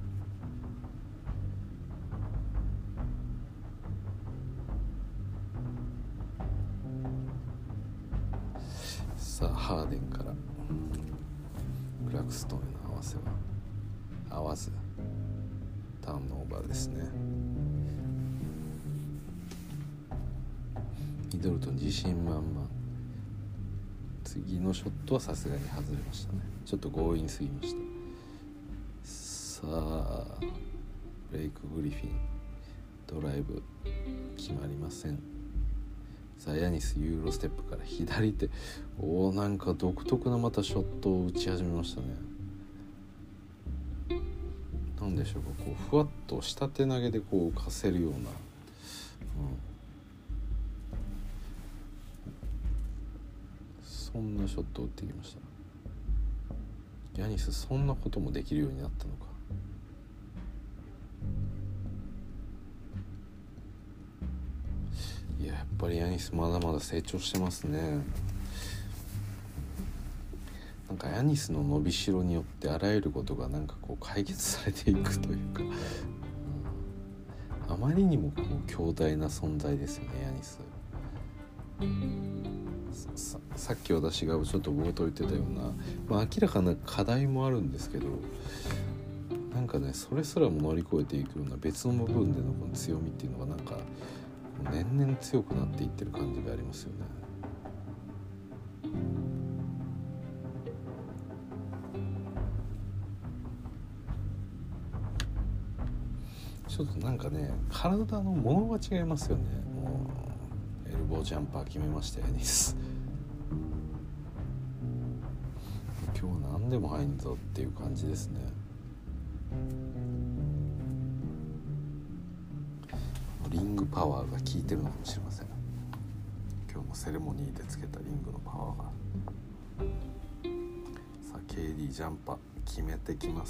さあハーデンからクラクストンへの合わせは合わずターンオーバーですね。ミドルトン自信満々。次のショットはさすがに外れましたね。ちょっと強引すぎました。さあブレイク・グリフィンドライブ決まりません。さあヤニスユーロステップから左手、おおなんか独特なまたショットを打ち始めましたね。なんでしょうか、こうふわっと下手投げでこう浮かせるような、うん、そんなショットを打ってきました。ヤニスそんなこともできるようになったのか。いややっぱりヤニスまだまだ成長してますね。なんかヤニスの伸びしろによってあらゆることがなんかこう解決されていくというか、うん、あまりにもこう強大な存在ですよねヤニス。さ, さっき私がちょっと冒頭言ってたような、まあ、明らかな課題もあるんですけど、なんかねそれすらも乗り越えていくような別の部分でのこの強みっていうのがなんか年々強くなっていってる感じがありますよね。ちょっとなんかね体のものが違いますよね。もうエルボージャンパー決めましたよヤニス。今日何でも入んぞっていう感じですね。リングパワーが効いてるのかもしれません。今日もセレモニーでつけたリングのパワーが。さあ ケーディー ジャンパー決めてきます。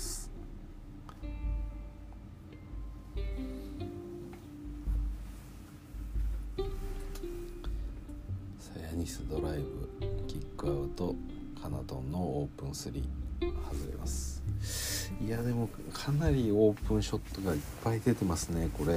さあヤニスドライブキックアウト、カナトンのオープンスリー外れます。いやでもかなりオープンショットがいっぱい出てますねこれ。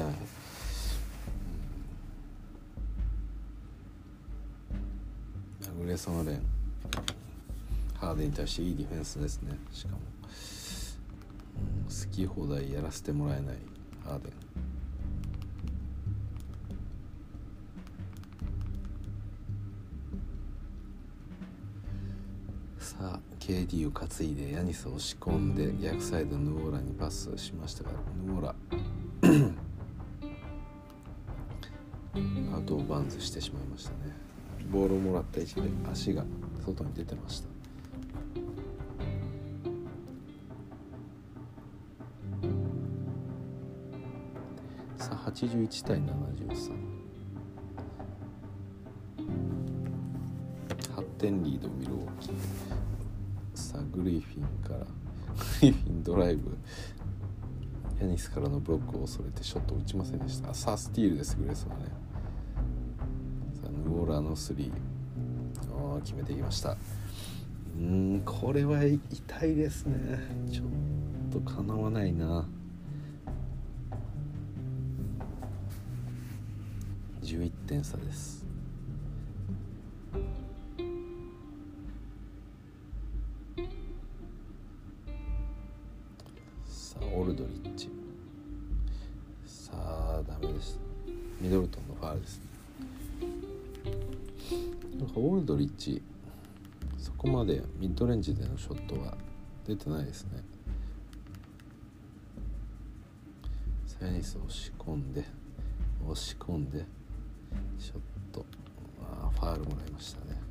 グレーソン・アレンハーデンに対していいディフェンスですね。しかも、うん、好き放題やらせてもらえないハーデン。 ケーディー を担いでヤニスを押し込んで逆サイドヌオーラにパスしましたが、ヌオーラアウトオブバウンズしてしまいましたね。ボールをもらった位置で足が外に出てました。さあはちじゅういちたいななじゅうさん、はってんリードミルウォーキー。さあグリフィンからグリフィンドライブ、ヤニスからのブロックを恐れてショットを打ちませんでした。さあスティールです、グレソはね。さあヌオーラのスリーあ決めていきました。うーんこれは痛いですね。ちょっとかなわないな。じゅういってん差です。さあオルドリッチ、さあダメでした。ミドルトンのファウルですね。なんかオルドリッチそこまでミッドレンジでのショットは出てないですね。サヤニス押し込んで押し込んでショット、あファウルもらいましたね。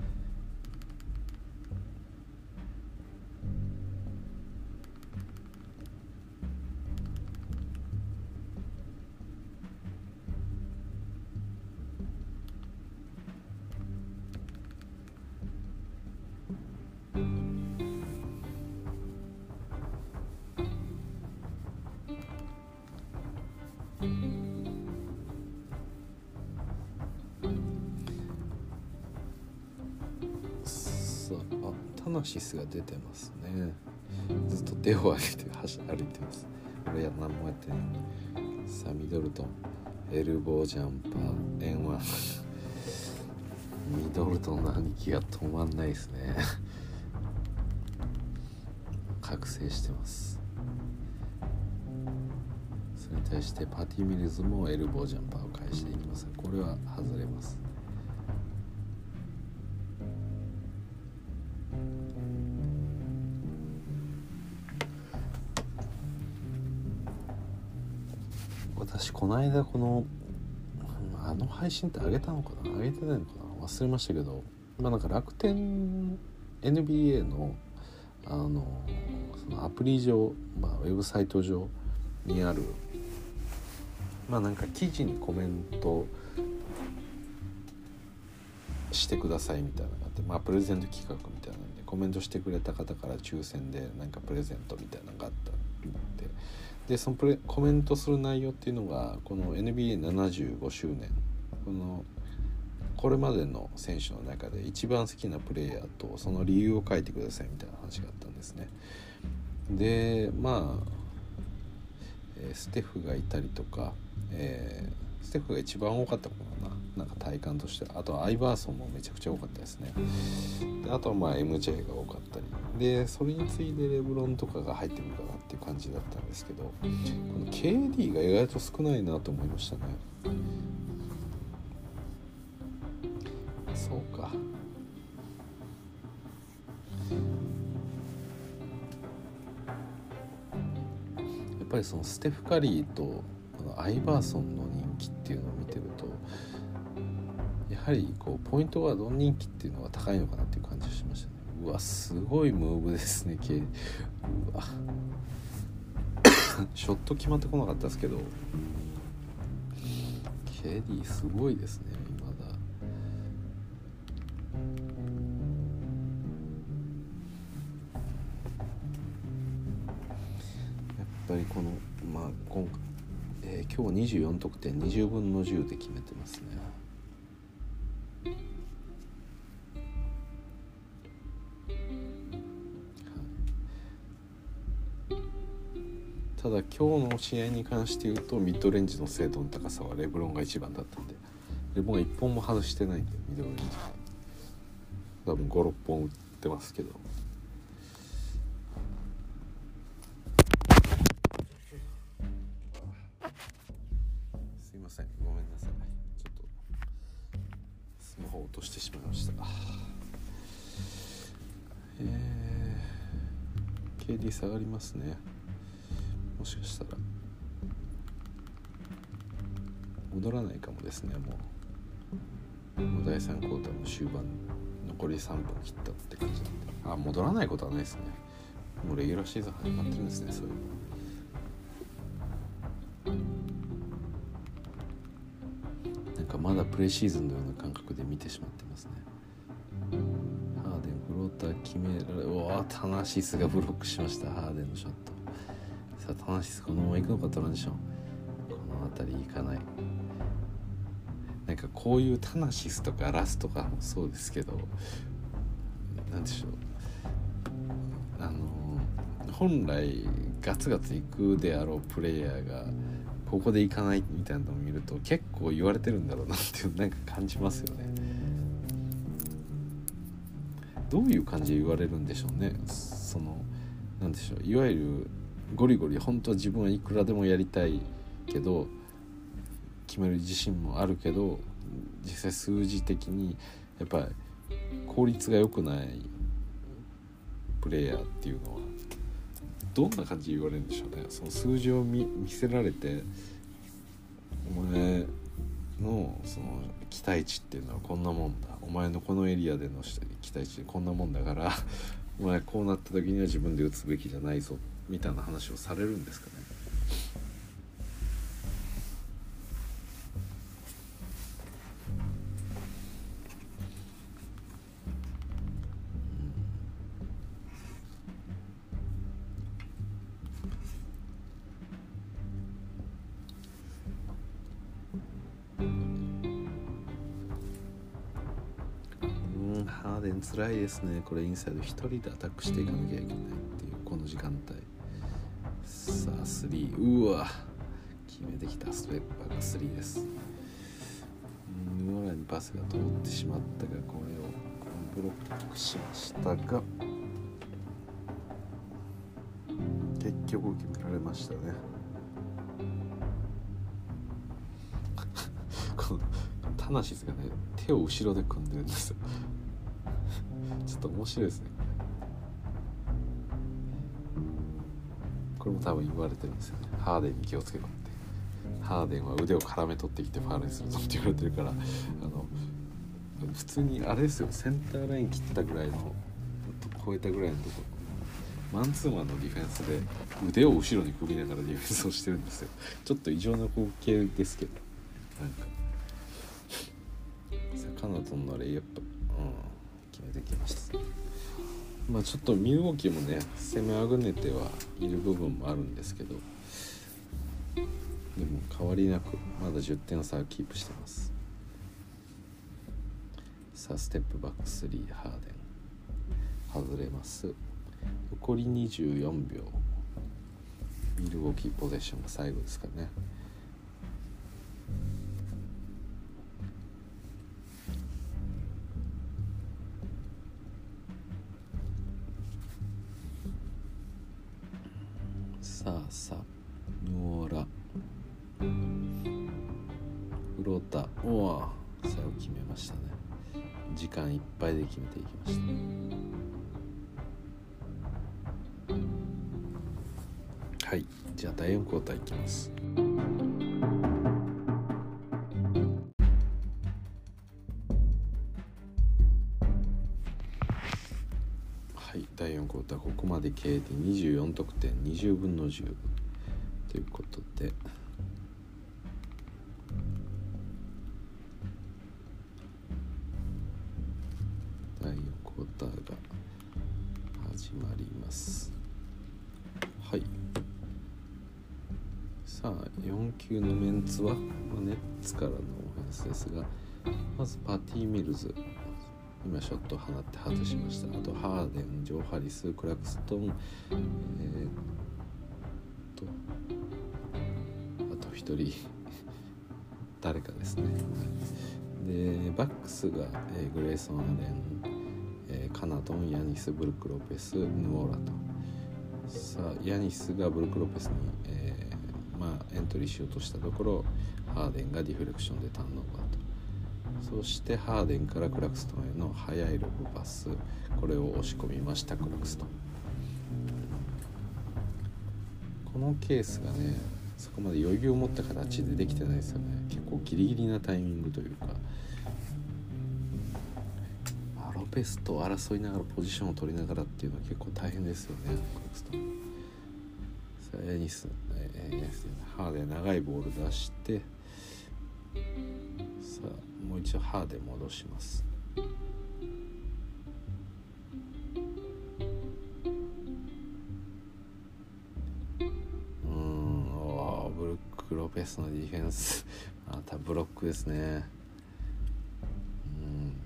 タナシスが出てますね。ずっと手を上げて走歩いてます。俺は何もやってない。さあミドルトンエルボージャンパー円ワンミドルトンの兄貴が止まんないですね覚醒してます。それに対してパティ・ミルズもエルボージャンパーを返していきます。これは外れます。私この間このあの配信って上げたのかな上げてないのかな忘れましたけど、まあなんか楽天 エヌビーエー のあのそのアプリ上、まあ、ウェブサイト上にあるまあなんか記事にコメントしてくださいみたいなのがあって、まあプレゼント企画みたいなんでコメントしてくれた方から抽選でなんかプレゼントみたいなのがあったんで、でそのプレコメントする内容っていうのがこの エヌビーエーななじゅうご 周年このこれまでの選手の中で一番好きなプレイヤーとその理由を書いてくださいみたいな話があったんですね。でまあ、えー、ステフがいたりとか、えー、ステフが一番多かったかな、なんか体感として。あとはアイバーソンもめちゃくちゃ多かったですね。であとはまあ エムジェー が多かったりで、それに次いでレブロンとかが入ってくるかなっていう感じだったんですけど、この ケーディー が意外と少ないなと思いましたね。そうか、やっぱりそのステフ・カリーとこのアイバーソンの人気っていうのを見てるとやはりこうポイントガード人気っていうのが高いのかなっていう感じがしましたね。うわすごいムーブですね。うわショット決まってこなかったですけど ケーディー すごいですね。今だやっぱりこのまあ今回、えー、今日にじゅうよん得点にじゅうぶんのじゅうで決めてますね。ただ今日の試合に関して言うとミッドレンジの精度の高さはレブロンが一番だったんで、レブロンがいっぽんも外してないんでミドルレンジ多分ご、ろっぽん打ってますけど、すいませんごめんなさい、ちょっとスマホ落としてしまいました。えーケーディー 下がりますね。もしかしたら戻らないかもですね。もうもうだいさんクォーターの終盤残りさんぷん切ったって感じなんで、あ、戻らないことはないですね。もうレギュラーシーズン始まってるんですね。そういうのなんかまだプレシーズンのような感覚で見てしまってますね。ハーデンフローター決められ、うわタナシスがブロックしました。ハーデンのショット。さあタナシスこのまま行くのか。トランジションこの辺り行かない。なんかこういうタナシスとかラスとかもそうですけど、なんでしょう、あの本来ガツガツいくであろうプレイヤーがここでいかないみたいなのを見ると結構言われてるんだろうなっていうなんか感じますよね。どういう感じで言われるんでしょうね。そのなんでしょう、いわゆるゴリゴリ本当は自分はいくらでもやりたいけど決める自信もあるけど、実際数字的にやっぱり効率が良くないプレイヤーっていうのはどんな感じで言われるんでしょうね。その数字を 見, 見せられて、お前のその期待値っていうのはこんなもんだ、お前のこのエリアでの期待値こんなもんだからお前こうなった時には自分で打つべきじゃないぞみたいな話をされるんですかね。ハーデン辛いですね。これインサイド一人でアタックしていかなきゃいけないっていうこの時間帯。さあスリー、うわ決めてきた。ステップバックスリーです。ヌオラにパスが通ってしまったが、これをブロックしましたが結局決められましたね。このタナシスがね手を後ろで組んでるんですよ。ちょっと面白いですね。これも多分言われてるんですよね。ハーデンに気をつけろって。ハーデンは腕を絡め取ってきてファウルにするぞって言われてるから、あの普通にあれですよ、センターライン切ったぐらいの超えたぐらいのところマンツーマンのディフェンスで腕を後ろに組みながらディフェンスをしてるんですよ。ちょっと異常な光景ですけど、なんかカナトンのレイアップ、うん、決めてきました。まあちょっとミルウォーキーもね攻めあぐねてはいる部分もあるんですけど、でも変わりなくまだじゅってん差をキープしてます。さあステップバックスリー、ハーデン外れます。残りにじゅうよんびょう、ミルウォーキーポゼッションが最後ですかね。さあさあノーラフローター、おお最後決めましたね。時間いっぱいで決めていきました。はい、じゃあだいよんクォーターいきます。はい、だいよんクォーターここまで ケーディーにじゅうよんとくてん、にじゅうぶんのじゅうということで、だいよんクォーターが始まります。はい、さあよん級のメンツは、まあ、ネッツからのオフェンスですが、まずパティ・ミルズ、今ショットを放って外しました。あとハーデン、ジョー・ハリス、クラクストン、えー、とあとひとり誰かですね。でバックスが、えー、グレイソン・アレン、えー、カナトン、ヤニス、ブルック・ロペス、ヌオーラと。さあヤニスがブルック・ロペスに、えーまあ、エントリーしようとしたところ、ハーデンがディフレクションでターンオーバーと。そしてハーデンからクラクストンへの速いロブパス、これを押し込みましたクラクストン。 このケースがねそこまで余裕を持った形でできてないですよね。結構ギリギリなタイミングというか、まあ、ロペスと争いながらポジションを取りながらっていうのは結構大変ですよね。さあヤニス、えー、ハーで長いボール出して、さあもう一度ハーで戻します。ロペスのディフェンスまたブロックですね。うん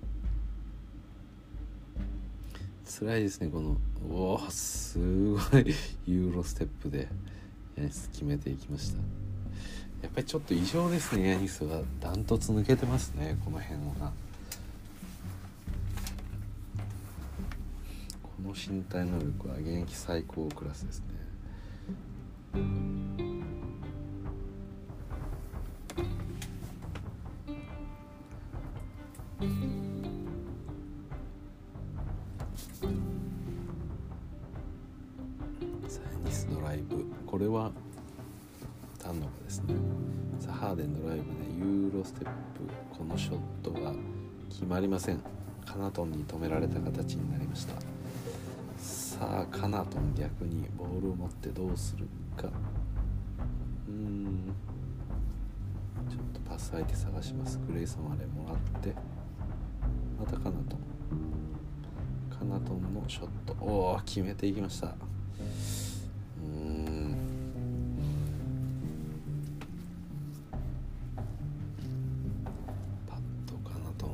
辛いですね。このおーすごいユーロステップでヤニス決めていきました。やっぱりちょっと異常ですね。ヤニスはダントツ抜けてますね、この辺は。この身体能力は現役最高クラスですね。サイニスドライブ、これはタンノバですね。さあハーデンドライブでユーロステップ、このショットが決まりません。カナトンに止められた形になりました。さあカナトン逆にボールを持ってどうするか。うーんちょっとパス相手探します。グレイソンあれもらってまたカナトンカナトンのショット、おお決めていきました。うーんパッとカナト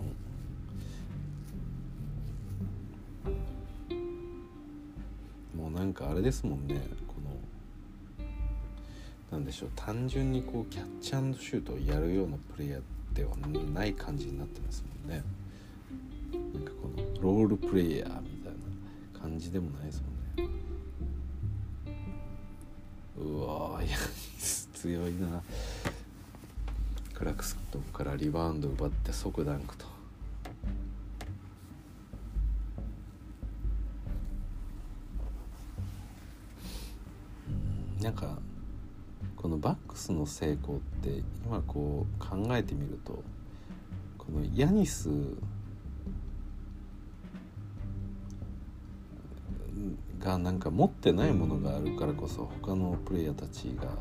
ン、もうなんかあれですもんね、このなんでしょう、単純にこうキャッチ&シュートをやるようなプレイヤーではない感じになってますもんね。なんかこのロールプレイヤーみたいな感じでもないですもんね。うわーいや強いな。クラクストンからリバウンド奪って即ダンクと。なんかこのバックスの成功って今こう考えてみると、このヤニスがなんか持ってないものがあるからこそ他のプレイヤーたちが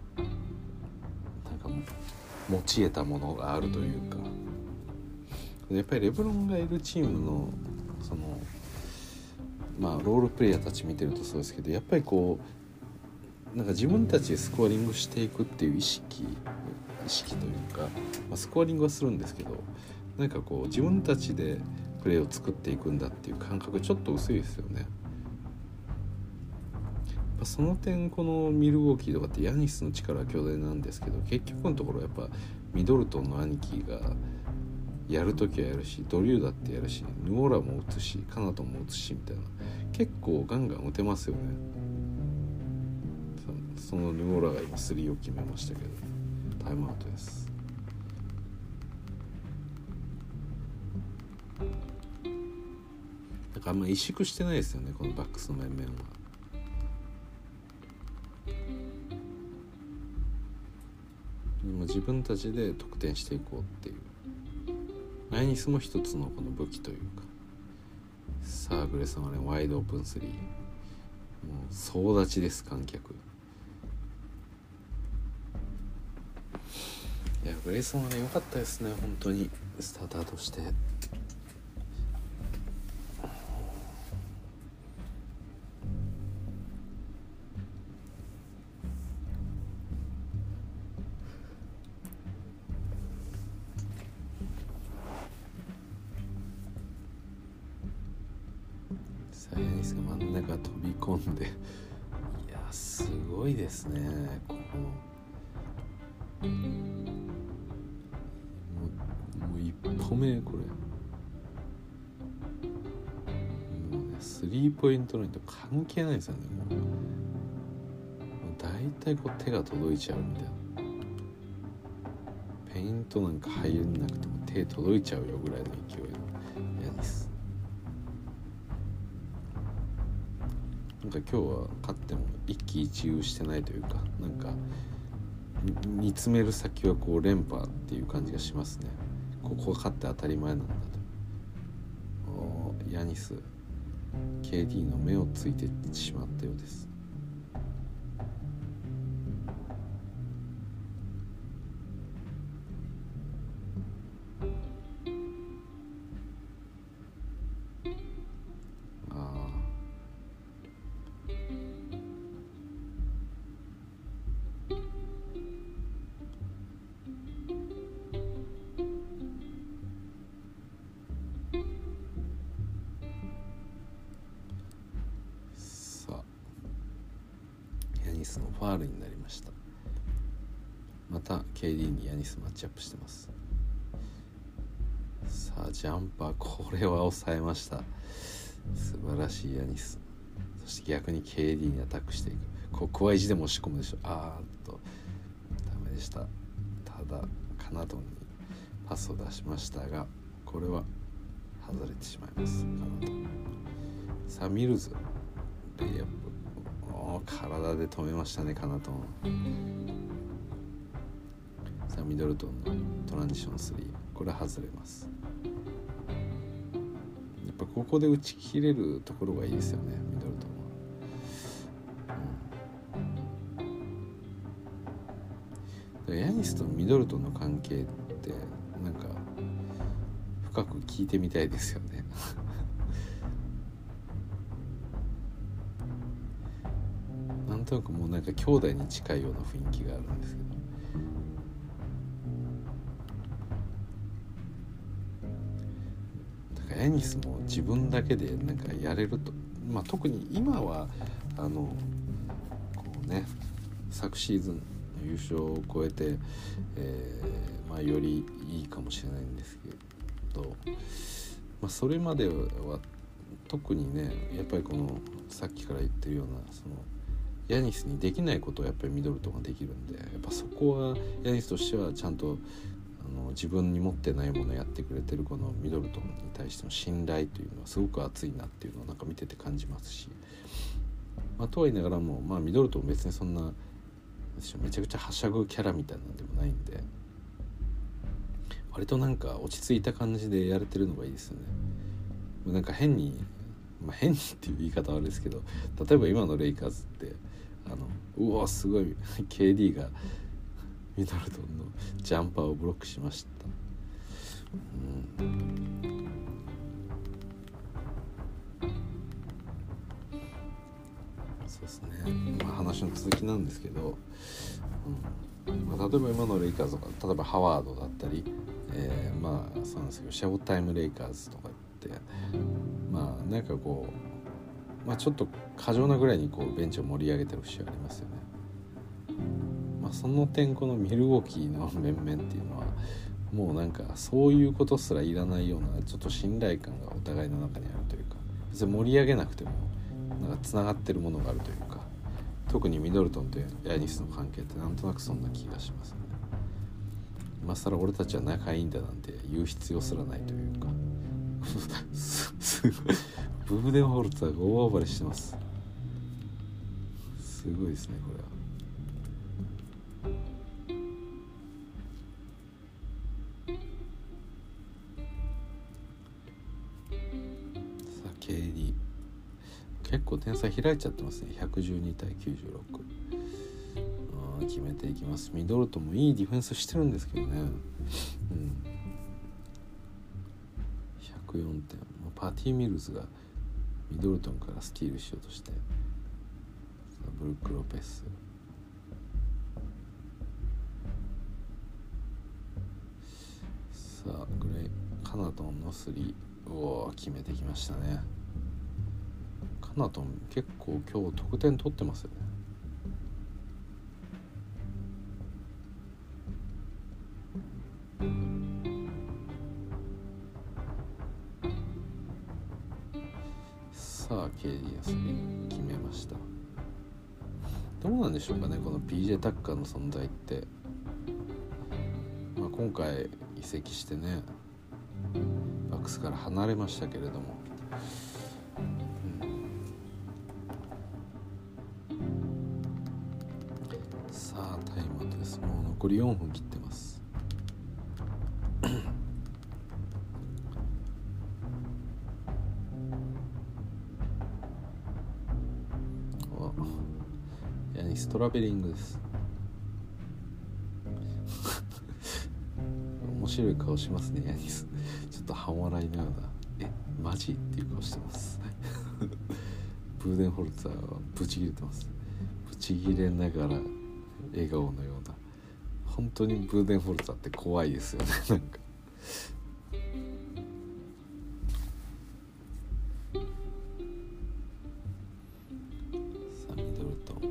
なんか持ち得たものがあるというか、やっぱりレブロンがいるチームのそのまあロールプレイヤーたち見てるとそうですけど、やっぱりこうなんか自分たちでスコアリングしていくっていう意識意識というか、まあ、スコアリングはするんですけど、なんかこう自分たちでプレーを作っていくんだっていう感覚ちょっと薄いですよね。その点このミルウォーキーとかってヤニスの力は巨大なんですけど、結局のところやっぱミドルトンの兄貴がやるときはやるし、ドリューだってやるし、ヌオーラも打つし、カナトンも打つしみたいな、結構ガンガン打てますよね。そのヌオーラが今スリーを決めましたけどタイムアウトです。なんかあんま萎縮してないですよね、このバックスの面々は。でも自分たちで得点していこうっていう、ヤニスも一つのこの武器というか。さあグレソンあれワイドオープンスリー、もう総立ちです観客。いやグレイソンはね良かったですね、本当にスターターとして。さあヤニスが真ん中飛び込んで、いやすごいですね、このもう、もう一歩目これもうねスリーポイントラインと関係ないですよね。もうだいたいこう手が届いちゃうみたいな、ペイントなんか入んなくても手届いちゃうよぐらいの勢いのヤニス。 なんか今日は勝っても一喜一憂してないというか、なんか見つめる先はこう連覇っていう感じがしますね。ここが勝って当たり前なんだと。ヤニス ケーディー の目をついてしまったようです。ヤニスのファールになりました。また ケーディー にヤニスマッチアップしてます。さあジャンパー、これは抑えました。素晴らしいヤニス。そして逆に ケーディー にアタックしていく。ここは意地でも押し込むでしょ。あーっとダメでした。ただカナトンにパスを出しましたが、これは外れてしまいます。カナトン。さあミルズレイアップ、体で止めましたね、カナトン。さあミドルトンのトランジションスリー、これは外れます。やっぱここで打ち切れるところがいいですよね、ミドルトンは、うん、ヤニスとミドルトンの関係ってなんか深く聞いてみたいですよねなんとなくもうなんか兄弟に近いような雰囲気があるんですけど、だからヤニスも自分だけでなんかやれると、まあ特に今はあのこうね、昨シーズンの優勝を超えて、えー、まあよりいいかもしれないんですけど、まあそれまでは特にね、やっぱりこのさっきから言ってるようなそのヤニスにできないことをやっぱりミドルトンができるんで、やっぱそこはヤニスとしてはちゃんとあの自分に持ってないものをやってくれてるこのミドルトンに対しての信頼というのはすごく熱いなっていうのをなんか見てて感じますし、まあ、とは言いながらも、まあ、ミドルトン別にそんなめちゃくちゃはしゃぐキャラみたいなんでもないんで、割となんか落ち着いた感じでやれてるのがいいですよね。なんか変に、まあ、変にっていう言い方はあれですけど、例えば今のレイカーズってあのうわすごいケーディー がミドルトンのジャンパーをブロックしました、うん、そうですね、まあ、話の続きなんですけど、うんまあ、例えば今のレイカーズとか例えばハワードだったり、えー、まあそうなんですけどショータイムレイカーズとかってまあなんかこう、まあ、ちょっと過剰なぐらいにこうベンチを盛り上げてる節がありますよね。まあ、その点このミルウォーキーの面々っていうのはもうなんかそういうことすらいらないようなちょっと信頼感がお互いの中にあるというか、別に盛り上げなくてもなんかつながってるものがあるというか、特にミドルトンとヤニスの関係ってなんとなくそんな気がしますよね。今更俺たちは仲いいんだなんて言う必要すらないというかす, すごいブーデンホルツァーが大暴れしてます。すごいですねこれは。さあ ケーディー 結構点差開いちゃってますね。ひゃくじゅうにたいきゅうじゅうろく、あ決めていきます。ミドルトンもいいディフェンスしてるんですけどね、うん、ひゃくよんてん、パティ・ミルズがミドルトンからスティールしようとして、ブルック・ロペス、さあグレイカナトンのスリーを決めてきましたね。カナトン結構今日得点取ってますよね。さあ ケーディー のスリー決めました。どうなんでしょうかね、この ピージェー タッカーの存在って、まあ、今回移籍してねバックスから離れましたけれども、うん、 あタイムアウトです。もう残りよんぷん切ってますヤニストラベリングです面白い顔しますねヤニス。ちょっと半笑いのようなえマジっていう顔してますブーデンホルツァーはブチ切れてます。ブチ切れながら笑顔のような。本当にブーデンホルツァーって怖いですよねなんかさあミドルトン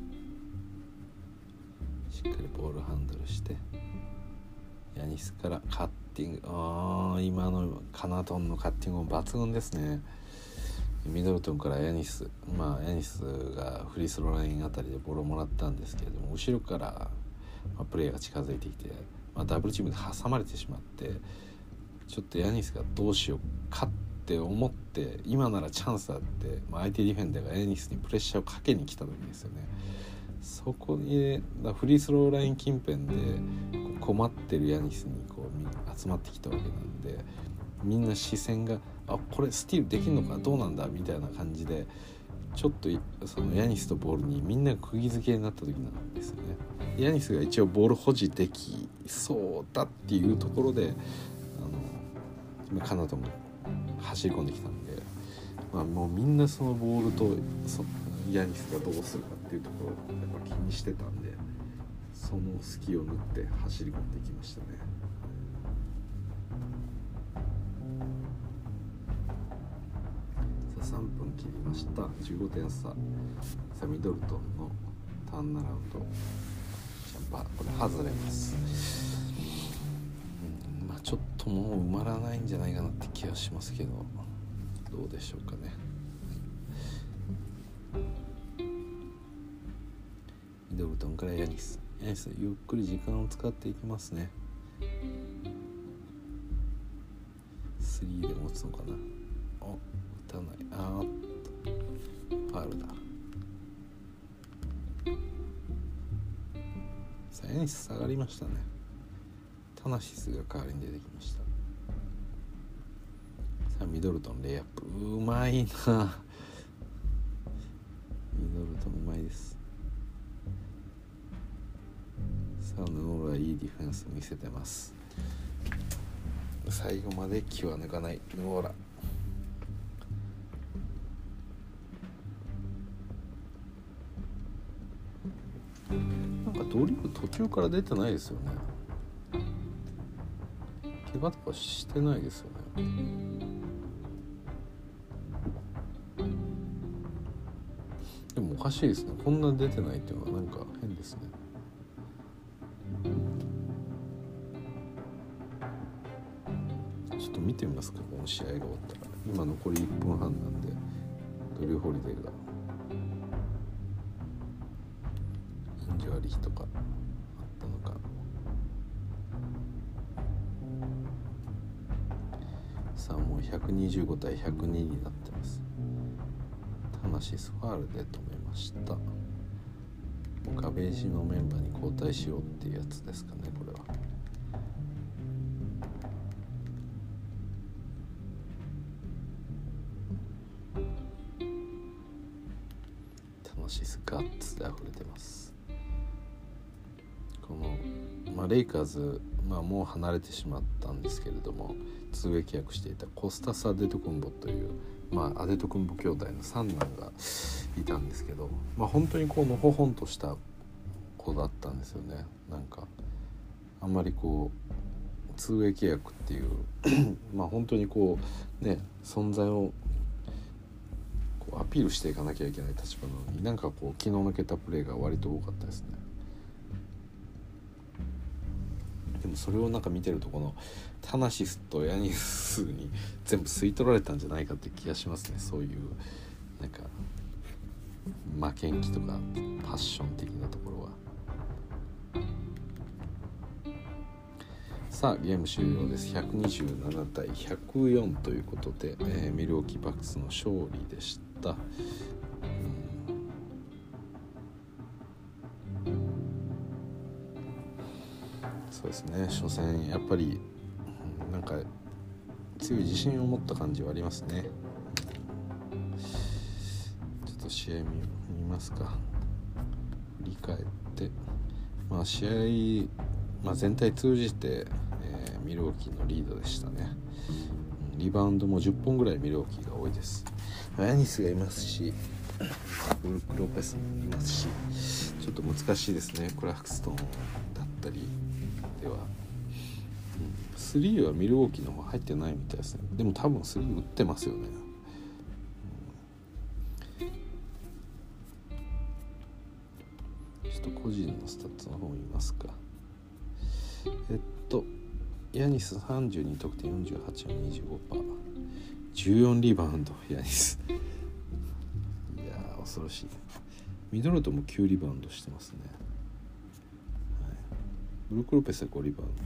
しっかりボールハンドルしてヤニスからカッティング。あー今のカナトンのカッティングも抜群ですね。ミドルトンからヤニス、まあヤニスがフリースローラインあたりでボールをもらったんですけれども、後ろから、まあ、プレーが近づいてきて、まあ、ダブルチームで挟まれてしまって、ちょっとヤニスがどうしようかって思って、今ならチャンスだって、まあ、相手ディフェンダーがヤニスにプレッシャーをかけに来た時ですよね。そこにフリースローライン近辺で困ってるヤニスにこう集まってきたわけなんで、みんな視線があこれスティールできるのかどうなんだみたいな感じで、ちょっとそのヤニスとボールにみんな釘付けになった時なんですよね。ヤニスが一応ボール保持できそうだっていうところで、あのカナダも走り込んできたんで、まあ、もうみんなそのボールとそヤニスがどうするかっていうところをやっぱ気にしてたんで、その隙を縫って走り込んできましたね。さんぷん切りました。じゅうごてん差。さあミドルトンのターンアラウンドジャンパー、これ外れます、うん、まあちょっともう埋まらないんじゃないかなって気がしますけど、どうでしょうかね。ミドルトンからヤニスヤニスゆっくり時間を使っていきますね。スリーで持つのかな。お打たない。あーっとファウルだ。さあヤニス下がりましたね。タナシスが代わりに出てきました。さあミドルトンレイアップ、うまいな。ミドルトンうまいです。さあヌオーラいいディフェンス見せてます。最後まで気は抜かないヌオーラ。なんかドリブル途中から出てないですよね。怪我とかしてないですよね。でもおかしいですね。こんな出てないっていうのはなんか変ですね。ちょっと見てみますか、この試合が終わったら。今残りいっぷんはんなんで、ドリュー・ホリデーがインジュアリーとかあったのか。さあもうひゃくにじゅうごたいひゃくにになってます。タナシスファールで止めました。もうガベージのメンバーに交代しようっていうやつですかね、これは。タナシスガッツで溢れてます。この、まあ、レイカーズ、まあ、もう離れてしまったんですけれども、通訳契約していたコスタス・アデトクンボという、まあ、アデトクンボ兄弟の三男がいたんですけど、まあ、本当にこうのほほんとした子だったんですよね。なんかあんまりこう通訳契約っていうまあ本当にこうね存在をこうアピールしていかなきゃいけない立場なのに、なんかこう気の抜けたプレーが割と多かったですね。でもそれをなんか見てると、このタナシスとヤニスに全部吸い取られたんじゃないかって気がしますね。そういうなんか負けん気とかパッション的なところは。さあゲーム終了です。ひゃくにじゅうななたいひゃくよんということで、えー、ミルウォーキーバックスの勝利でした。 そうですね、初戦やっぱりなんか強い自信を持った感じはありますね。ちょっと試合 見, 見ますか。振り返って、まあ、試合、まあ、全体通じて、えー、ミルウォーキーのリードでしたね。リバウンドもじゅっぽんぐらいミルウォーキーが多いです。ヤニスがいますし、ブルック・ロペスもいますし、ちょっと難しいですね。クラクストンだったりでは、うん、スリーはミルウォーキーの方入ってないみたいですね。でも多分スリー打ってますよね。ちょっと個人のスタッツの方見ますか。えっとヤニスさんじゅうにとくてん、よんじゅうはちの にじゅうごパーセント、じゅうよんリバウンド、ヤニスいやー恐ろしい。ミドルトンもきゅうリバウンドしてますね、はい、ブルック・ロペスはごリバウン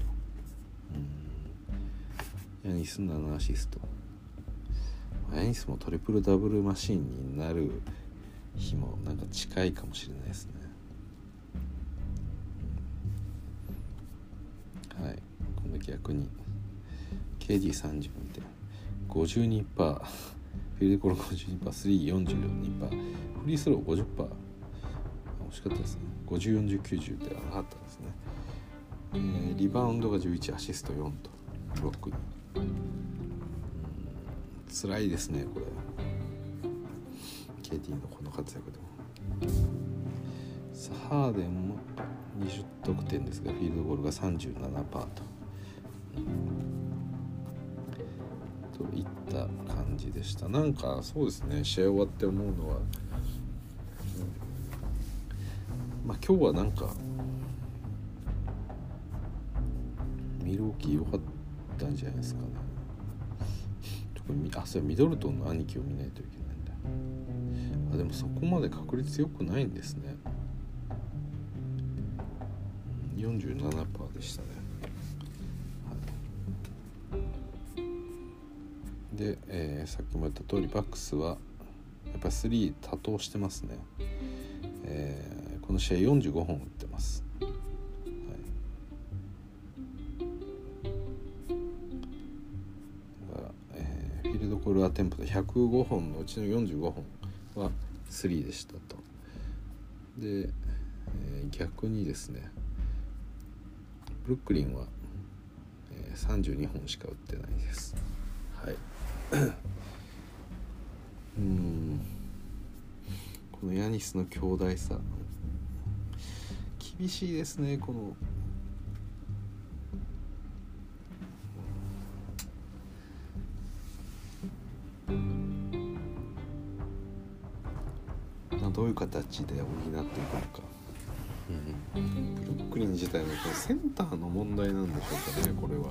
ド、うん、ヤニスななアシスト。ヤニスもトリプルダブルマシーンになる日もなんか近いかもしれないですね、うん、はい。今度逆に ケーディーさんじゅうにてん ごじゅうにパーセント、フィールドゴール ごじゅうにパーセント、スリー よんじゅうにパーセント、フリースロー ごじゅっパーセント、惜しかったですね。ごじゅう、よんじゅう、きゅうじゅうって上がったんですね、えー、リバウンドがじゅういち、アシストよんとブロックに、うん、辛いですねこれ ケーディー のこの活躍でも。さあハーデンもにじゅってんてんですが、フィールドゴールが さんじゅうななパーセント と、うん、といった感じでした。なんかそうですね、試合終わって思うのは、うん、まあ今日はなんかミルウォーキー良かったんじゃないですかね。特にあ、それミドルトンの兄貴を見ないといけないんだ。あ、でもそこまで確率良くないんですね。よんじゅうななパーセント でしたね、はい、で、えー、さっきも言った通りバックスはやっぱりスリー多投してますね、えー、この試合よんじゅうごほん打ってます、はい、だから、えー、フィールドゴールアテンプトひゃくごほんのうちのよんじゅうごほんはスリーでしたと。で、えー、逆にですね、ブルックリンは、えー、さんじゅうにほんしか打ってないです。はい。うーん。このヤニスの強大さ、厳しいですね。このどういう形で補っていくのか。うん、ブルックリン自体のこのセンターの問題なんでしょうかね、これは。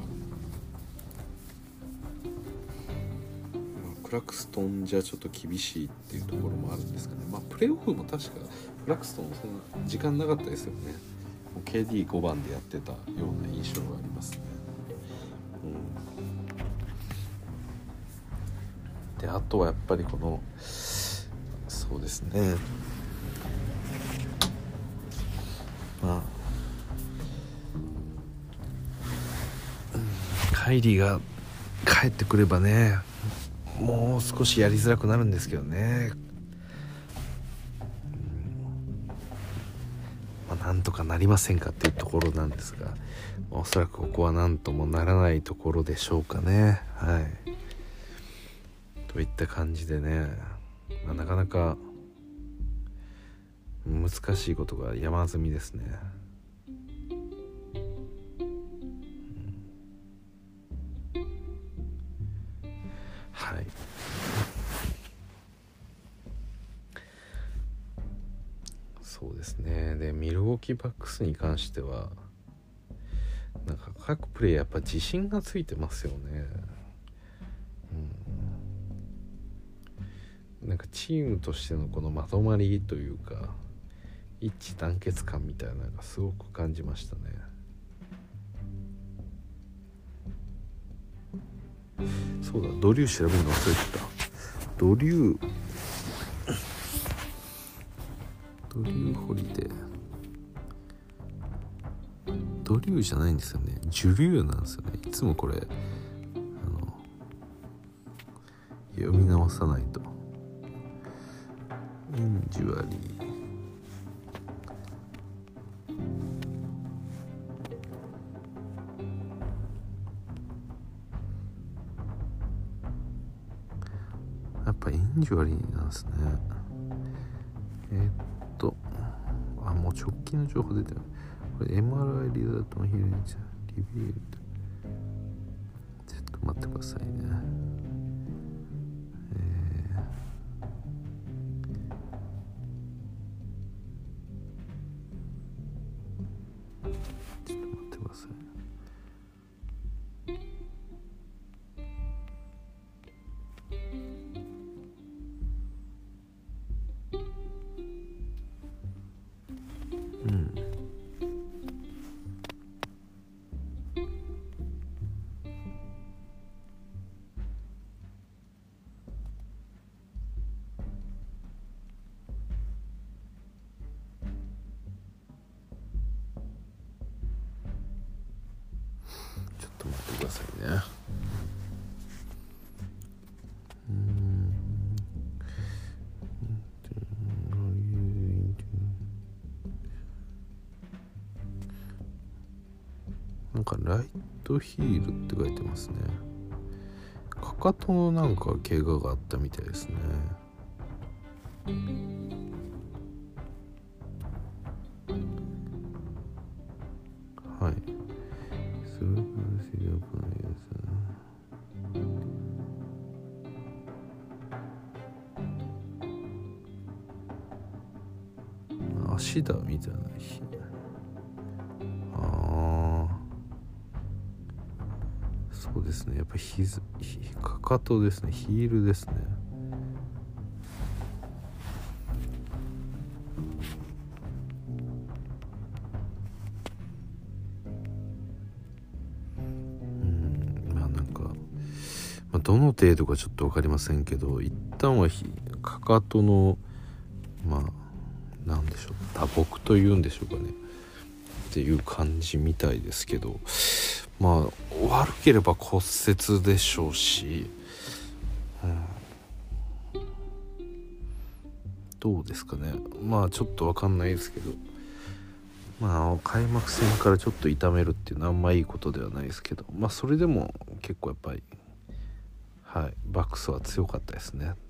クラクストンじゃちょっと厳しいっていうところもあるんですかね。まあプレーオフも確かクラクストンもそんな時間なかったですよね。もう ケーディーご 番でやってたような印象がありますね、うん、であとはやっぱりこのそうですね、まあ、うん、カイリーが帰ってくればね、もう少しやりづらくなるんですけどね、うん、まあ、なんとかなりませんかっていうところなんですが、おそらくここはなんともならないところでしょうかね。はい、といった感じでね、まあ、なかなか難しいことが山積みですね、うん、はい。そうですね。でミルウォーキーバックスに関してはなんか各プレーやっぱ自信がついてますよね、うん、なんかチームとしてのこのまとまりというか一致団結感みたいなのがすごく感じましたね。そうだ、ドリュー調べるの忘れてた。ドリュードリューホリデードリューじゃないんですよね、ジュリューなんですよね。いつもこれあの読み直さないと。インジュアリー、やっぱインジュアリーなんですね。えー、っとあもう直近の情報出てる。これ エムアールアイ リザートのヒールにリビューと、ちょっと待ってくださいね。ちょっと待ってください。うん。ちょっと待ってくださいね。うーん。なんかライトヒールって書いてますね。かかとのなんか怪我があったみたいですね。はい。スループシリアプのやつ。足だみたいな。ああ。そうですね。やっぱひず、かかとですね。ヒールですね。どの程度かちょっと分かりませんけど、一旦はかかとのまあなんでしょう、打撲というんでしょうかねっていう感じみたいですけど、まあ悪ければ骨折でしょうし、うん、どうですかね。まあちょっと分かんないですけど、まあ開幕戦からちょっと痛めるっていうのはあんまいいことではないですけど、まあそれでも結構やっぱりはい、バックスは強かったですね。はい。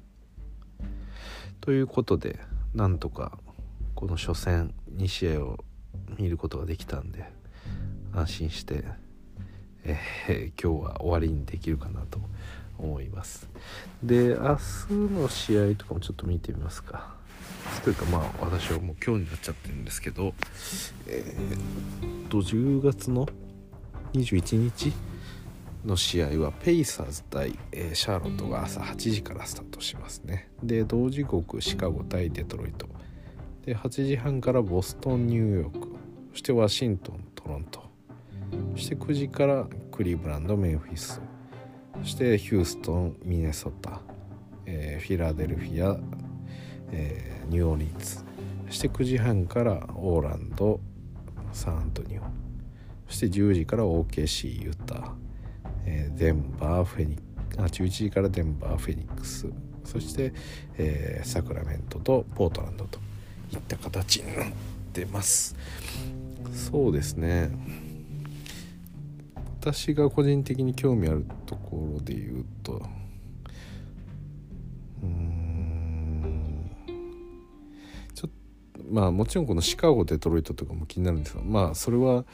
ということで、なんとかこの初戦に試合を見ることができたんで、安心して、えー、今日は終わりにできるかなと思います。で、明日の試合とかもちょっと見てみますか。というかまあ私はもう今日になっちゃってるんですけど、えー、っとじゅうがつのにじゅういちにちの試合はペイサーズ対、えー、シャーロットが朝はちじからスタートしますね。で同時刻シカゴ対デトロイトで、はちじはんからボストンニューヨーク、そしてワシントントロント、そしてくじからクリーブランドメンフィス、そしてヒューストンミネソタ、えー、フィラデルフィア、えー、ニューオーリンズ、そしてくじはんからオーランドサンアントニオ、そしてじゅうじから オーケーシー ユタ、デンバーフェニックあじゅういちじからデンバーフェニックス、そして、えー、サクラメントとポートランドといった形になってます。そうですね、私が個人的に興味あるところで言うと、うーんちょっとまあもちろんこのシカゴデトロイトとかも気になるんですが、まあそれは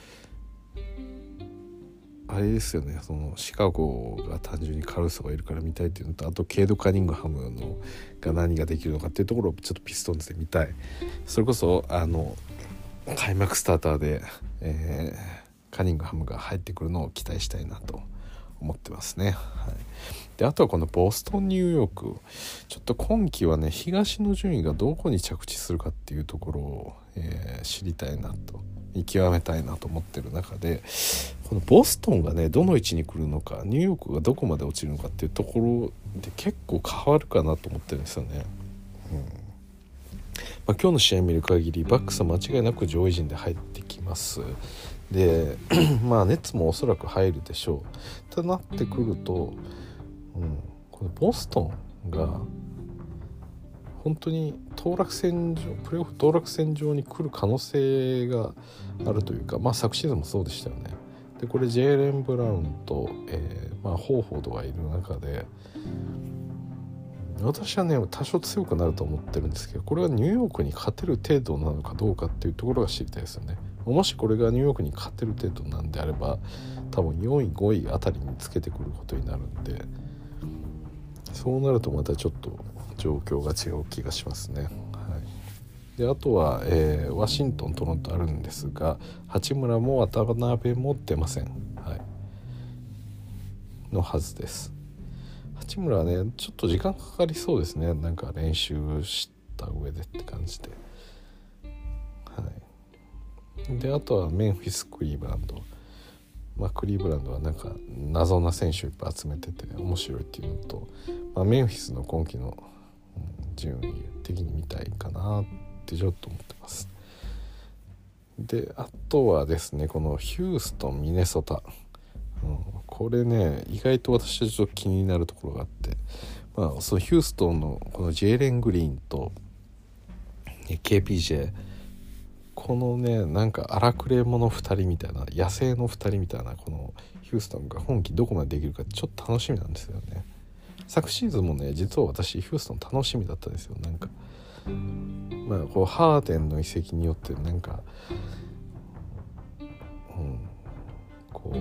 あれですよね、そのシカゴが単純にカルソがいるから見たいっていうのと、あとケイド・カニングハムのが何ができるのかっていうところをちょっとピストンズで見たい。それこそあの開幕スターターで、えー、カニングハムが入ってくるのを期待したいなと思ってますね。はい、であとはこのボストンニューヨーク、ちょっと今季はね東の順位がどこに着地するかっていうところを、えー、知りたいなと見極めたいなと思ってる中で、このボストンがねどの位置に来るのか、ニューヨークがどこまで落ちるのかっていうところで結構変わるかなと思ってるんですよね。うんまあ、今日の試合見る限りバックスは間違いなく上位陣で入ってきまます。でまあ熱もおそらく入るでしょうとなってくると、うん、このボストンが本当に当落戦場プレーオフ当落戦場に来る可能性があるというか、まあ昨シーズンもそうでしたよね。でこれジェイレン・ブラウンと、えーまあ、ホーフォードがいる中で、私はね多少強くなると思ってるんですけど、これはニューヨークに勝てる程度なのかどうかっていうところが知りたいですよね。もしこれがニューヨークに勝てる程度なんであれば、多分よんいごいあたりにつけてくることになるんで、そうなるとまたちょっと状況が違う気がしますね。はい、であとは、えー、ワシントントロントあるんですが、八村も渡辺も出ません、はい、のはずです。八村はねちょっと時間かかりそうですね。なんか練習した上でって感じで、はい、であとはメンフィスクリーブランド、まあ、クリーブランドはなんか謎な選手をいっぱい集めてて面白いっていうのと、まあ、メンフィスの今季の順位的に見たいかなってちょっと思ってます。であとはですね、このヒューストンミネソタ、うん、これね意外と私はちょっと気になるところがあって、まあ、そのヒューストンのこのジェイレン・グリーンと ケーピージェー、 このねなんか荒くれ者ふたりみたいな、野生のふたりみたいな、このヒューストンが今季どこまでできるかちょっと楽しみなんですよね。昨シーズンもね実は私ヒューストン楽しみだったんですよ。なんかまあこうハーデンの移籍によってなんか、うん、こう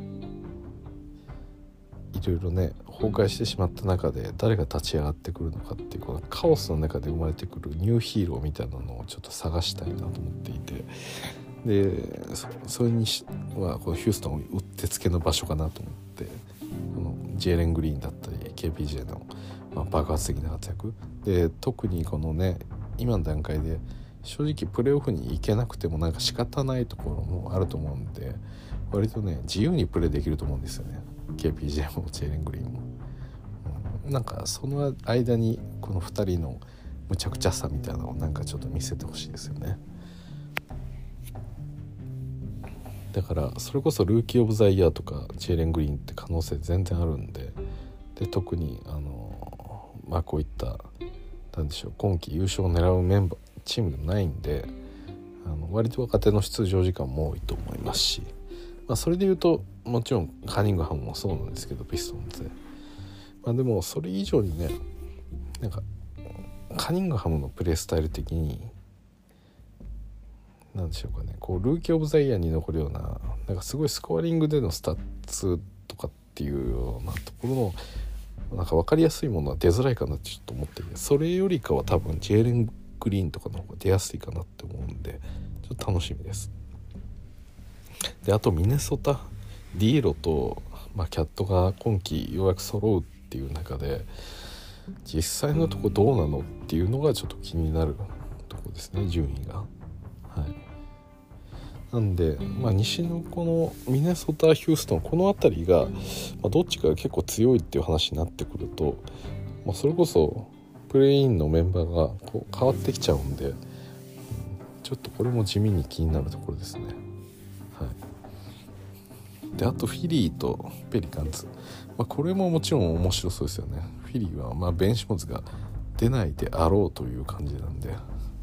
いろいろね崩壊してしまった中で誰が立ち上がってくるのかっていう、このカオスの中で生まれてくるニューヒーローみたいなのをちょっと探したいなと思っていて、で そ, それにしはこのヒューストンをうってつけの場所かなと思って、このジェイレン・グリーンだったり ケーピージェー の、まあ、爆発的な活躍で、特にこのね今の段階で正直プレーオフに行けなくてもなんか仕方ないところもあると思うんで、割とね自由にプレーできると思うんですよね。 ケーピージェー もジェイレン・グリーンも、うん、なんかその間にこのふたりのむちゃくちゃさみたいなのをなんかちょっと見せてほしいですよね。だからそれこそルーキーオブザイヤーとかジェイレン・グリーンって可能性全然あるんで、で特にあのまあこういったなんでしょう、今季優勝を狙うメンバーチームでもないんで、あの割と若手の出場時間も多いと思いますし、まあ、それでいうともちろんカニングハムもそうなんですけどピストンズで、まあ、でもそれ以上にねなんかカニングハムのプレースタイル的になんでしょうかね、こうルーキーオブザイヤーに残るようななんかすごいスコアリングでのスタッツとかっていうようなところのなんか分かりやすいものは出づらいかなってちょっと思っていて、それよりかは多分ジェイレン・グリーンとかの方が出やすいかなって思うんでちょっと楽しみです。であとミネソタディーロと、まあ、キャットが今季ようやく揃うっていう中で実際のとこどうなのっていうのがちょっと気になるとこですね、順位が。はい、なんで、まあ、西のこのミネソタ、ヒューストンこの辺りが、まあ、どっちかが結構強いっていう話になってくると、まあ、それこそプレイインのメンバーがこう変わってきちゃうんで、うん、ちょっとこれも地味に気になるところですね。はい、であとフィリーとペリカンズ、まあ、これももちろん面白そうですよね。フィリーはまあベンシモズが出ないであろうという感じなんで、はい、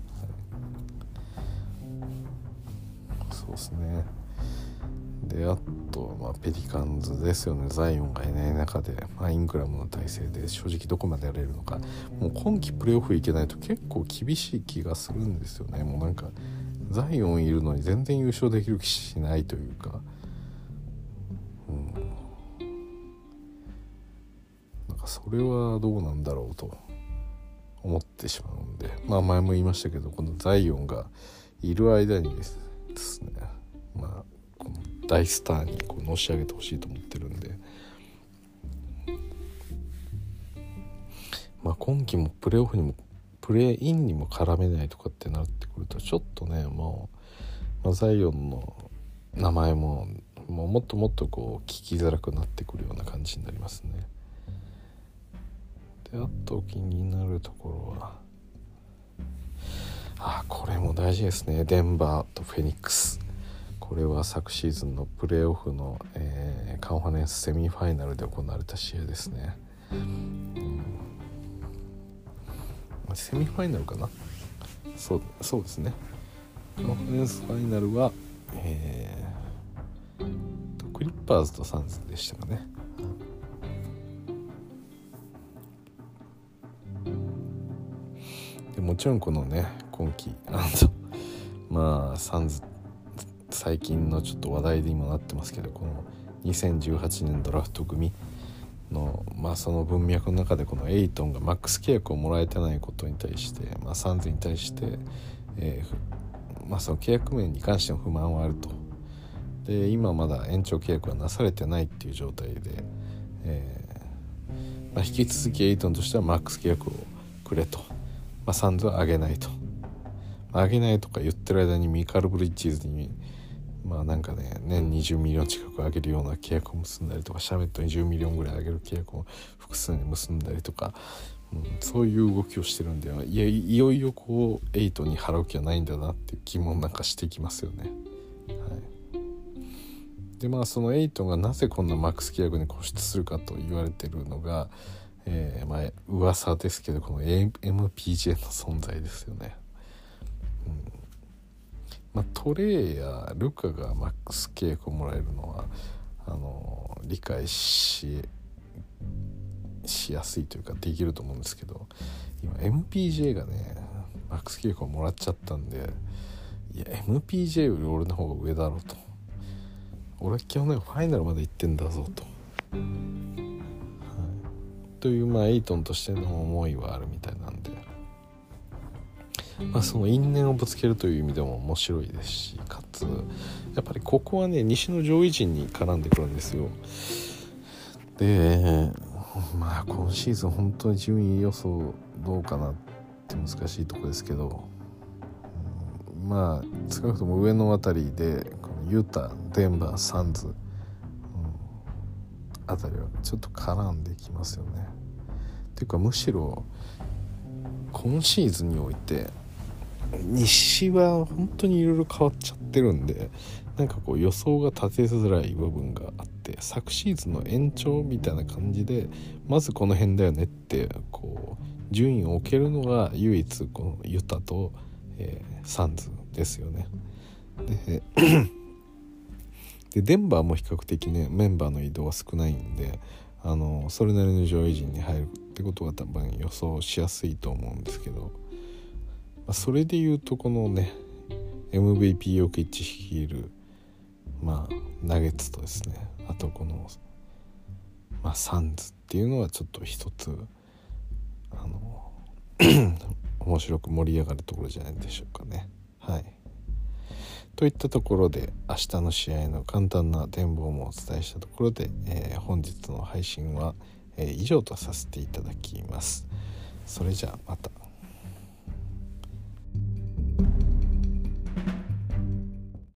そうですね。であと、まあ、ペリカンズですよね。ザイオンがいない中で、まあ、イングラムの体制で正直どこまでやれるのか、もう今季プレーオフ行けないと結構厳しい気がするんですよね。もうなんかザイオンいるのに全然優勝できる気しないというか、うん、なんかそれはどうなんだろうと思ってしまうんで、まあ前も言いましたけど、このザイオンがいる間にですね、まあこの大スターにこうのし上げてほしいと思ってるんで、まあ今季もプレーオフにもプレーインにも絡めないとかってなってくるとちょっとね、もう、まあ、ザイオンの名前ももうもっともっとこう聞きづらくなってくるような感じになりますね。であと気になるところは、あこれも大事ですね。デンバーとフェニックス、 これは昨シーズンのプレーオフの、えー、カンファレンスセミファイナルで行われた試合ですね、うん、セミファイナルかな、そう、そうですね。カンファレンスファイナルは、えー、クリッパーズとサンズでしたかね。でもちろんこのね今季あのまあサンズ最近のちょっと話題で今なってますけど、このにせんじゅうはちねんドラフト組のまあその文脈の中でこのエイトンがマックス契約をもらえてないことに対して、まあ、サンズに対して、えーまあ、その契約面に関しても不満はあると。で今まだ延長契約はなされてないっていう状態で、えーまあ、引き続きエイトンとしてはマックス契約をくれと、まあ、サンズは上げないと、まあ、上げないとか言ってる間にミカル・ブリッジーズにまあなんかね年にじゅうミリオン近く上げるような契約を結んだりとか、シャメットにじゅうミリオンぐらい上げる契約を複数に結んだりとか、うん、そういう動きをしてるんで、いやいよいよこうエイトに払う気はないんだなっていう疑問なんかしてきますよね。はい、でまあそのエイトがなぜこんなマックス契約に固執するかと言われてるのが、えー、まあ噂ですけどこの エムピージェー の存在ですよね。うんまあ、トレイやルカがマックス契約をもらえるのはあの理解ししやすいというかできると思うんですけど、今 エムピージェー がねマックス契約をもらっちゃったんで、いや エムピージェー より俺の方が上だろうと、俺は基本的にファイナルまで行ってんだぞと、はい、というまあエイトンとしての思いはあるみたいなんで、まあ、その因縁をぶつけるという意味でも面白いですし、かつやっぱりここはね西の上位陣に絡んでくるんですよ。でまあ今シーズン本当に順位予想どうかなって難しいところですけど、うん、まあ少なくとも上のあたりでこのユタ、デンバー、サンズ、うん、あたりはちょっと絡んできますよね。っていうかむしろ今シーズンにおいて西は本当にいろいろ変わっちゃってるんで、なんかこう予想が立てづらい部分があって、昨シーズンの延長みたいな感じでまずこの辺だよねってこう順位を置けるのが唯一このユタと、えー、サンズですよね。ででデンバーも比較的ねメンバーの移動は少ないんで、あのそれなりの上位陣に入るってことが多分予想しやすいと思うんですけど、それでいうとこのね エムブイピー ヨキッチ率いるまあナゲッツとですね、あとこの、まあ、サンズっていうのはちょっと一つあの面白く盛り上がるところじゃないでしょうかね。はい。といったところで明日の試合の簡単な展望もお伝えしたところで、えー、本日の配信は、えー、以上とさせていただきます。それじゃあまた。